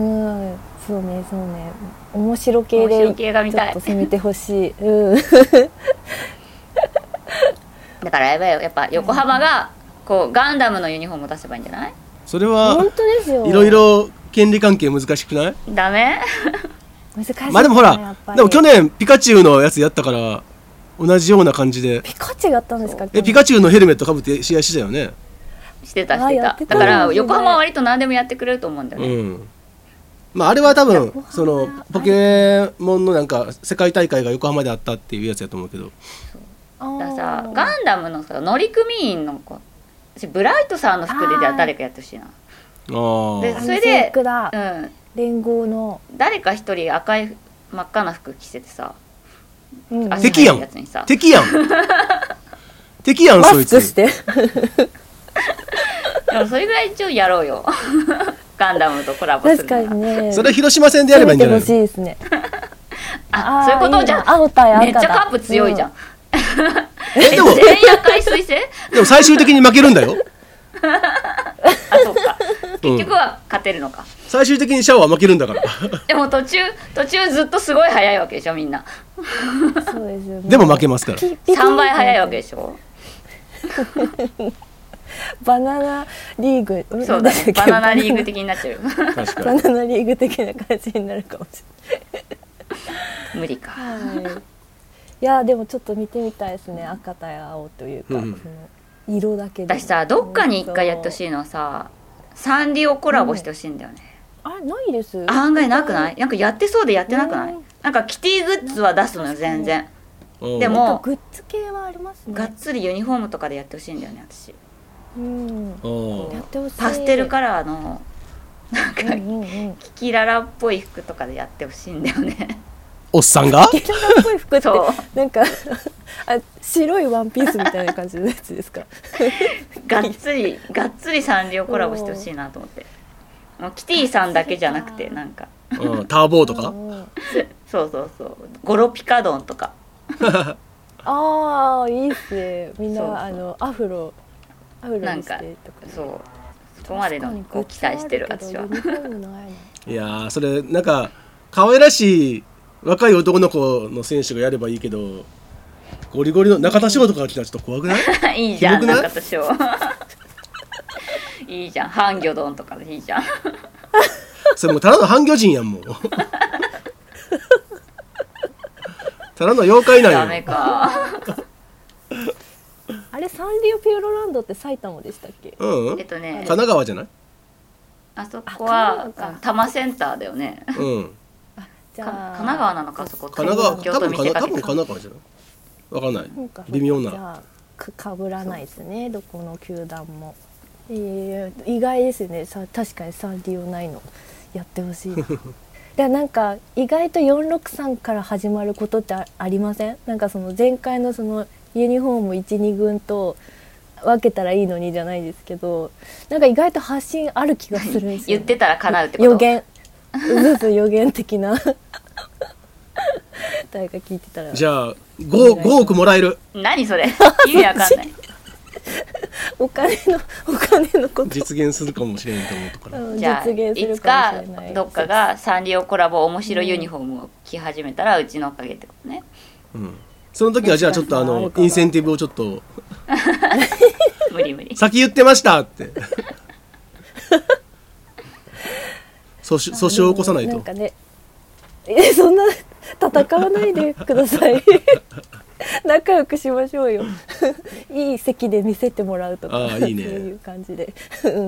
Speaker 4: そうねそうね、面白系でちょっと攻めてほしい、うん、
Speaker 2: だからやっぱ横浜がこうガンダムのユニフォームを出せばいいんじゃない？
Speaker 3: それは
Speaker 4: 本当ですよ、
Speaker 3: いろいろ権利関係難しくない？
Speaker 2: ダメ
Speaker 4: 難しい、ね、
Speaker 3: まあでもほらでも去年ピカチュウのやつやったから同じような感じで。
Speaker 4: ピカチュウやったんですか？
Speaker 3: ピカチュウのヘルメットかぶって試合してたよね。
Speaker 2: してただから横浜は割と何でもやってくれると思うんだよね、うん、
Speaker 3: まああれは多分そのポケモンのなんか世界大会が横浜であったっていうやつやと思うけど、
Speaker 2: だからさガンダムのさ乗組員の子、私ブライトさんの服で誰かやってほしいな。でそれで、うん、
Speaker 4: 連合の
Speaker 2: 誰か一人赤い真っ赤な服着せてさ、
Speaker 3: うん、敵やん敵やん敵やんそいつ。
Speaker 4: マスクして
Speaker 2: でもそれぐらい一応やろうよガンダムとコラボするなら。
Speaker 4: 確かにね、そ
Speaker 3: れ広島戦でやればいいんじゃないの？
Speaker 4: 攻めてほしいですね
Speaker 2: あ、そういうことじゃん。
Speaker 4: 青対赤だ。
Speaker 2: めっちゃカープ強いじゃん、
Speaker 3: でも
Speaker 2: 全員赤い彗星
Speaker 3: でも最終的に負けるんだよ
Speaker 2: あ、そうか、結局は勝てるのか、
Speaker 3: 最終的にシャワー負けるんだから
Speaker 2: でも途中ずっとすごい速いわけでしょみんな。
Speaker 4: そうですよね。
Speaker 3: でも負けますから
Speaker 2: 3倍速いわけでしょ
Speaker 4: バナナリーグ。
Speaker 2: そうだね、バナナリーグ的になっちゃう
Speaker 4: バナナリーグ的な感じになるかもしれない
Speaker 2: 無理か、
Speaker 4: はい、いやでもちょっと見てみたいですね、赤対青というか、その色だけで。
Speaker 2: 私さどっかに一回やってほしいのはさ、サンリオコラボしてほしいんだよね、
Speaker 4: あ、ないです。
Speaker 2: 案外なくない？なんかやってそうでやってなくない？なんかキティグッズは出すのよ全然。でも
Speaker 4: グッズ系はありますね。
Speaker 2: がっつりユニフォームとかでやってほしいんだよね私。
Speaker 4: うん、やってほしい。
Speaker 2: パステルカラーのなんか、キキララっぽい服とかでやってほしいんだよね。
Speaker 3: おっさんが
Speaker 4: キキララっぽい服ってなんか白いワンピースみたいな感じのやつですか？
Speaker 2: がっつりサンリオコラボしてほしいなと思って。もうキティさんだけじゃなくてなんか
Speaker 3: ターボーとか
Speaker 2: そうゴロピカドンとか
Speaker 4: ああ、いいっすね。みんなアフロにしてとか、ね、
Speaker 2: そこまでのこう期待してる私は。
Speaker 3: いやーそれなんか可愛らしい若い男の子の選手がやればいいけど、ゴリゴリの中田翔とかが来たらちょっと怖くない？
Speaker 2: いいじゃん中田翔いいじゃん、ハンギョドンとかでいいじゃん
Speaker 3: それもうただのハンギョ人やんもうただの妖怪なんや。
Speaker 2: ダメか
Speaker 4: あれサンリオピューロランドって埼玉でしたっけ？
Speaker 3: うん、神奈川じゃない？
Speaker 2: あそこは多摩センターだよね。
Speaker 3: うん。
Speaker 2: じゃあ神奈川なのかあそこ。
Speaker 3: 神奈川、多分神奈川じゃない？わかんない。微妙な。
Speaker 4: じゃあかぶらないですね、どこの球団も。意外ですね。確かにサンリオないのやってほしい。でなんか意外と463から始まることってありません？なんかその前回のそのユニフォーム 1,2 軍と分けたらいいのにじゃないですけど、なんか意外と発信ある気がするんですよ。
Speaker 2: 言ってたら叶うってこと？
Speaker 4: 予言予言的な誰か聞いてたら。
Speaker 3: じゃあ 5億もらえる。
Speaker 2: 何それ意味わかんない
Speaker 4: お金のこと
Speaker 3: 実現するかもしれないと思うとから、
Speaker 2: じゃあいつかどっかがサンリオコラボ面白いユニフォームを着始めたらうちのおかげってことね。
Speaker 3: うん、その時はじゃあちょっとインセンティブをちょっと
Speaker 2: 無理
Speaker 3: 先言ってましたって訴訟を起こさないと。
Speaker 4: なんかね、そんな戦わないでください仲良くしましょうよいい席で見せてもらうとか、
Speaker 3: いいね、
Speaker 4: そういう感じで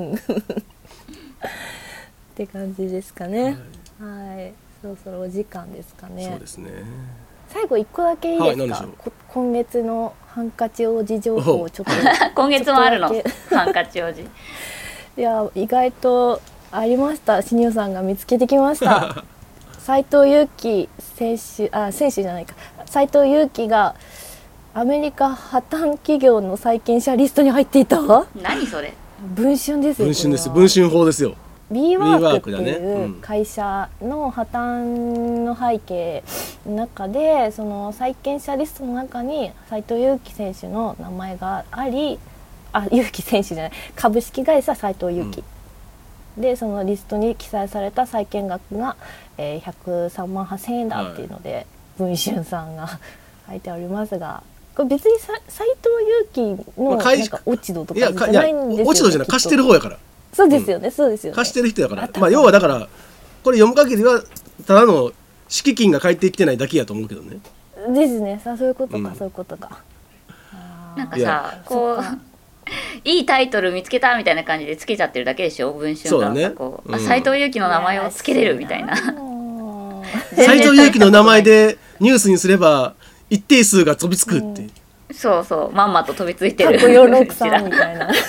Speaker 4: って感じですかね。はい、そろそろお時間ですかね。
Speaker 3: そうですね。
Speaker 4: 最後1個だけいいですか？
Speaker 3: はい、何でしょう。
Speaker 4: 今月のハンカチ王子情報をちょっと
Speaker 2: 今月もあるの
Speaker 4: ちょっとだ
Speaker 2: ハンカチ王子。
Speaker 4: いや意外とありました。シニョさんが見つけてきました斉藤佑樹選手じゃないか、斉藤佑樹がアメリカ破綻企業の債権者リストに入っていた。
Speaker 2: 何それ。
Speaker 4: 文春ですよ。
Speaker 3: 文春です。文春法ですよ。
Speaker 4: B ワークって
Speaker 3: ね、
Speaker 4: いう会社の破綻の背景の中で、その債権者リストの中に斉藤佑樹選手の名前があり、佑樹選手じゃない、株式会社斉藤佑樹、でそのリストに記載された債権額が、103万8000円だっていうので、文春さんが書いてありますが、これ別に斉藤佑樹のなんか落ち度とかじゃないんですよね。
Speaker 3: 落ち度じゃない、貸してる方やから。
Speaker 4: そうですよね、そうですよね。
Speaker 3: 貸してる人やから、要はだからこれ読む限りはただの敷金が返ってきてないだけやと思うけどね。
Speaker 4: ですね。そういうことか、そういうことか。
Speaker 2: なんかさ、こういいタイトル見つけたみたいな感じでつけちゃってるだけでしょ、文春が。ね、こう斉藤佑樹の名前をつけれるみたいな。
Speaker 3: 斉藤佑樹の名前でニュースにすれば一定数が飛びつくって、
Speaker 2: そうそう、まんまと飛びついてる。
Speaker 4: 463みたいな。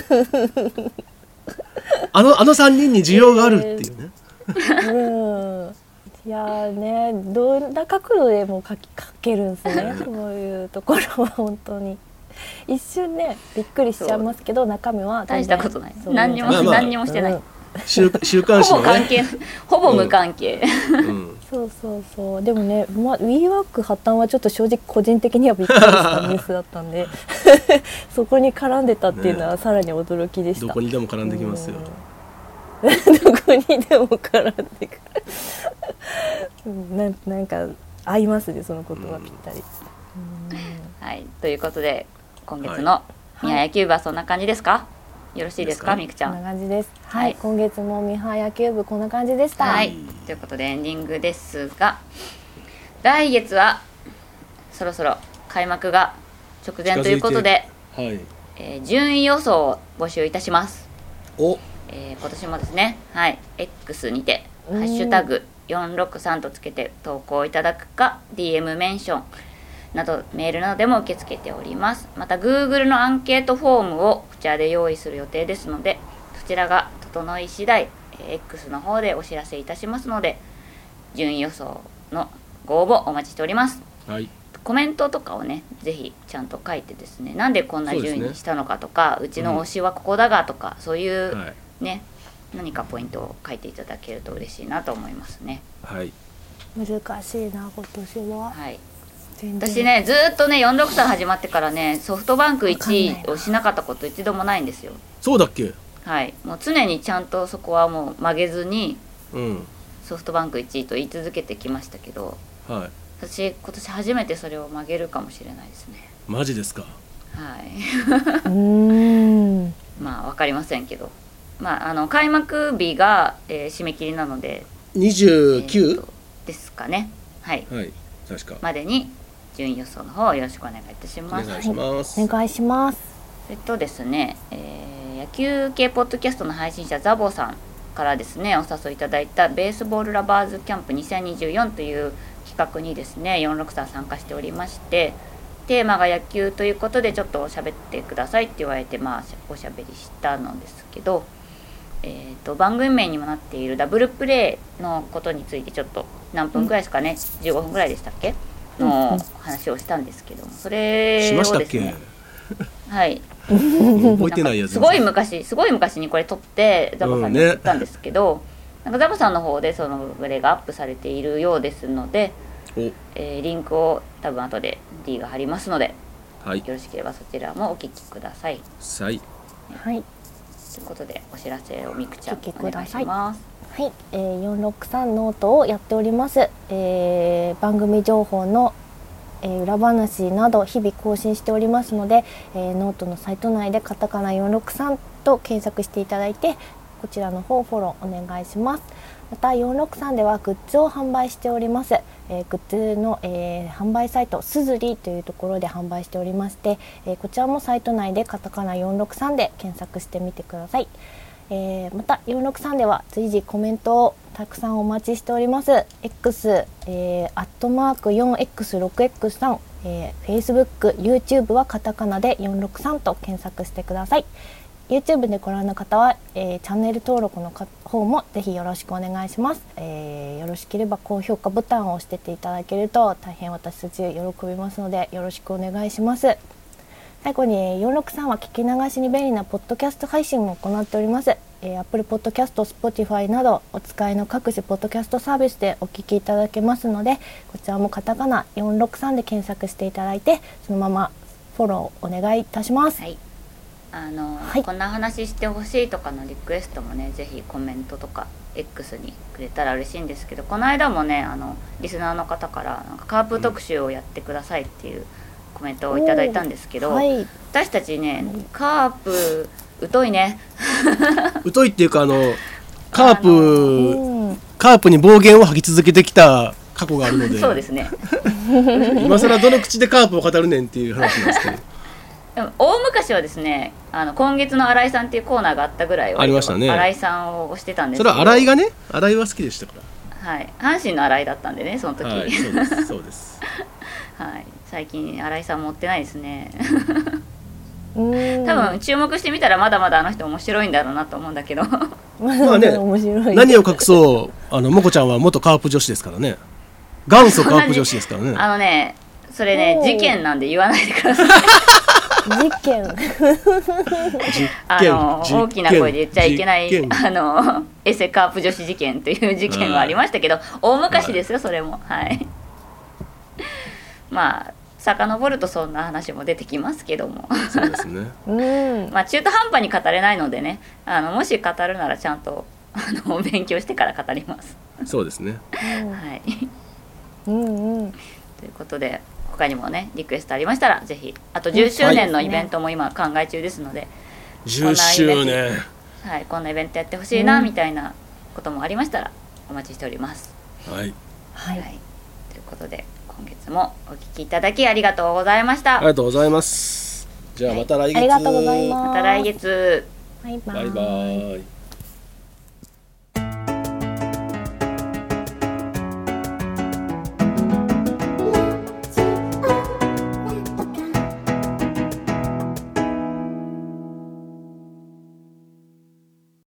Speaker 3: あの3人に需要があるっていうね。
Speaker 4: いやね、どんな角度でも書けるんですね。そういうところは本当に一瞬ねびっくりしちゃいますけど、中身は
Speaker 2: 大したことない。何にもしてない。
Speaker 3: 週刊誌の
Speaker 2: ね、ほぼ無関係。
Speaker 4: そうでもね、WeWork 破綻はちょっと正直個人的にはびっくりしたニュースだったんでそこに絡んでたっていうのはさらに驚きでした。
Speaker 3: どこにでも絡んできますよ。
Speaker 4: どこにでも絡んでくるなんか合いますね、その言葉ぴったり。
Speaker 2: はい、ということで今月のミハ野球部はそんな感じですか？よろしいですか、みくちゃん。
Speaker 4: こんな感じです。はい、今月もミハ野球部こんな感じでした。
Speaker 2: はい、ということでエンディングですが、来月はそろそろ開幕が直前ということで、順位予想を募集いたします。今年もですね、はい、X にてハッシュタグ463とつけて投稿いただくか、 DM メンションなどメールなどでも受け付けております。また Google のアンケートフォームをこちらで用意する予定ですので、そちらが整い次第 X の方でお知らせいたしますので、順位予想のご応募お待ちしております。コメントとかをね、ぜひちゃんと書いてですね、なんでこんな順位にしたのかとか、うちの推しはここだがとか、そういうね、何かポイントを書いていただけると嬉しいなと思いますね。
Speaker 4: 難しいな今年は。
Speaker 2: 私ね、ずっとね463始まってからね、ソフトバンク1位をしなかったこと一度もないんですよ。
Speaker 3: そうだっけ？
Speaker 2: はい、もう常にちゃんとそこはもう曲げずに、ソフトバンク1位と言い続けてきましたけど、私今年初めてそれを曲げるかもしれないですね。
Speaker 3: マジですか？
Speaker 2: まあ分かりませんけど、開幕日が、締め切りなので
Speaker 3: 29、
Speaker 2: ですかね。はい
Speaker 3: 確か
Speaker 2: までに順位予想の方よろしくお願いいたします。
Speaker 3: お願いします。
Speaker 4: お願いします。
Speaker 2: ですね、野球系ポッドキャストの配信者ザボさんからですね、お誘いいただいたベースボールラバーズキャンプ2024という企画にですね、463参加しておりまして、テーマが野球ということでちょっと喋ってくださいって言われて、おしゃべりしたのですけど、番組名にもなっているダブルプレーのことについてちょっと何分くらいですかね、15分くらいでしたっけの話をしたんですけども、それをですね、はい
Speaker 3: 覚えてないやつ、
Speaker 2: すごい昔にこれ撮ってザボさんに送ったんですけど、なんかザボさんの方でその例がアップされているようですので、リンクを多分後で D が貼りますので、よろしければそちらもお聞きください。ということでお知らせをみくちゃんお願いします。
Speaker 4: はい、463ノートをやっております。番組情報の、裏話など日々更新しておりますので、ノートのサイト内でカタカナ463と検索していただいて、こちらの方フォローお願いします。また463ではグッズを販売しております。グッズの、販売サイトすずりというところで販売しておりまして、こちらもサイト内でカタカナ463で検索してみてください。また463では随時コメントをたくさんお待ちしております。X、@4X6X3 Facebook、YouTube はカタカナで463と検索してください。YouTube でご覧の方は、チャンネル登録の方もぜひよろしくお願いします。よろしければ高評価ボタンを押してていただけると大変私たち喜びますのでよろしくお願いします。最後に463は聞き流しに便利なポッドキャスト配信も行っております。Apple Podcast、Spotify などお使いの各種ポッドキャストサービスでお聞きいただけますので、こちらもカタカナ463で検索していただいてそのままフォローお願いいたします。
Speaker 2: はい、
Speaker 4: はい、
Speaker 2: こんな話してほしいとかのリクエストもねぜひコメントとか X にくれたら嬉しいんですけど、この間もねリスナーの方からなんかカープ特集をやってくださいっていうコメントをいただいたんですけど、はい、私たちねカープ疎いね
Speaker 3: 疎いっていうかカープに暴言を吐き続けてきた過去があるので
Speaker 2: そうですね
Speaker 3: 今更どの口でカープを語るねんっていう話なんですけど
Speaker 2: でも大昔はですね今月の新井さんっていうコーナーがあったぐらいは
Speaker 3: ありましたね。
Speaker 2: 新井さんを推してたんですけど、
Speaker 3: それは新井がね新井は好きでしたから、
Speaker 2: はい、阪神の新井だったんでねその時、
Speaker 3: はい、そうですそうです
Speaker 2: はい、最近新井さん持ってないですね多分注目してみたらまだまだあの人面白いんだろうなと思うんだけどま
Speaker 3: あね何を隠そうもこちゃんは元カープ女子ですからね、元祖カープ女子ですからね
Speaker 2: それね事件なんで言わないでください
Speaker 4: 事件
Speaker 2: 大きな声で言っちゃいけないエセカープ女子事件という事件はありましたけど、大昔ですよ、それもはいまあ遡るとそんな話も出てきますけども
Speaker 3: そうですね
Speaker 2: まあ中途半端に語れないのでねもし語るならちゃんと勉強してから語ります
Speaker 3: そうですね
Speaker 2: はいということで他にもねリクエストありましたらぜひ、あと10周年のイベントも今考え中ですので、
Speaker 3: 10周年
Speaker 2: はい、こんなイベントやってほしいなみたいなこともありましたらお待ちしております。
Speaker 3: はい、
Speaker 2: はい、ということで今月もお聞きいただきありがとうございました。
Speaker 3: ありがとうございます。じゃあまた来月、
Speaker 4: ありがとうございます。
Speaker 2: また来月。
Speaker 4: バイバイ。
Speaker 3: バイバイ。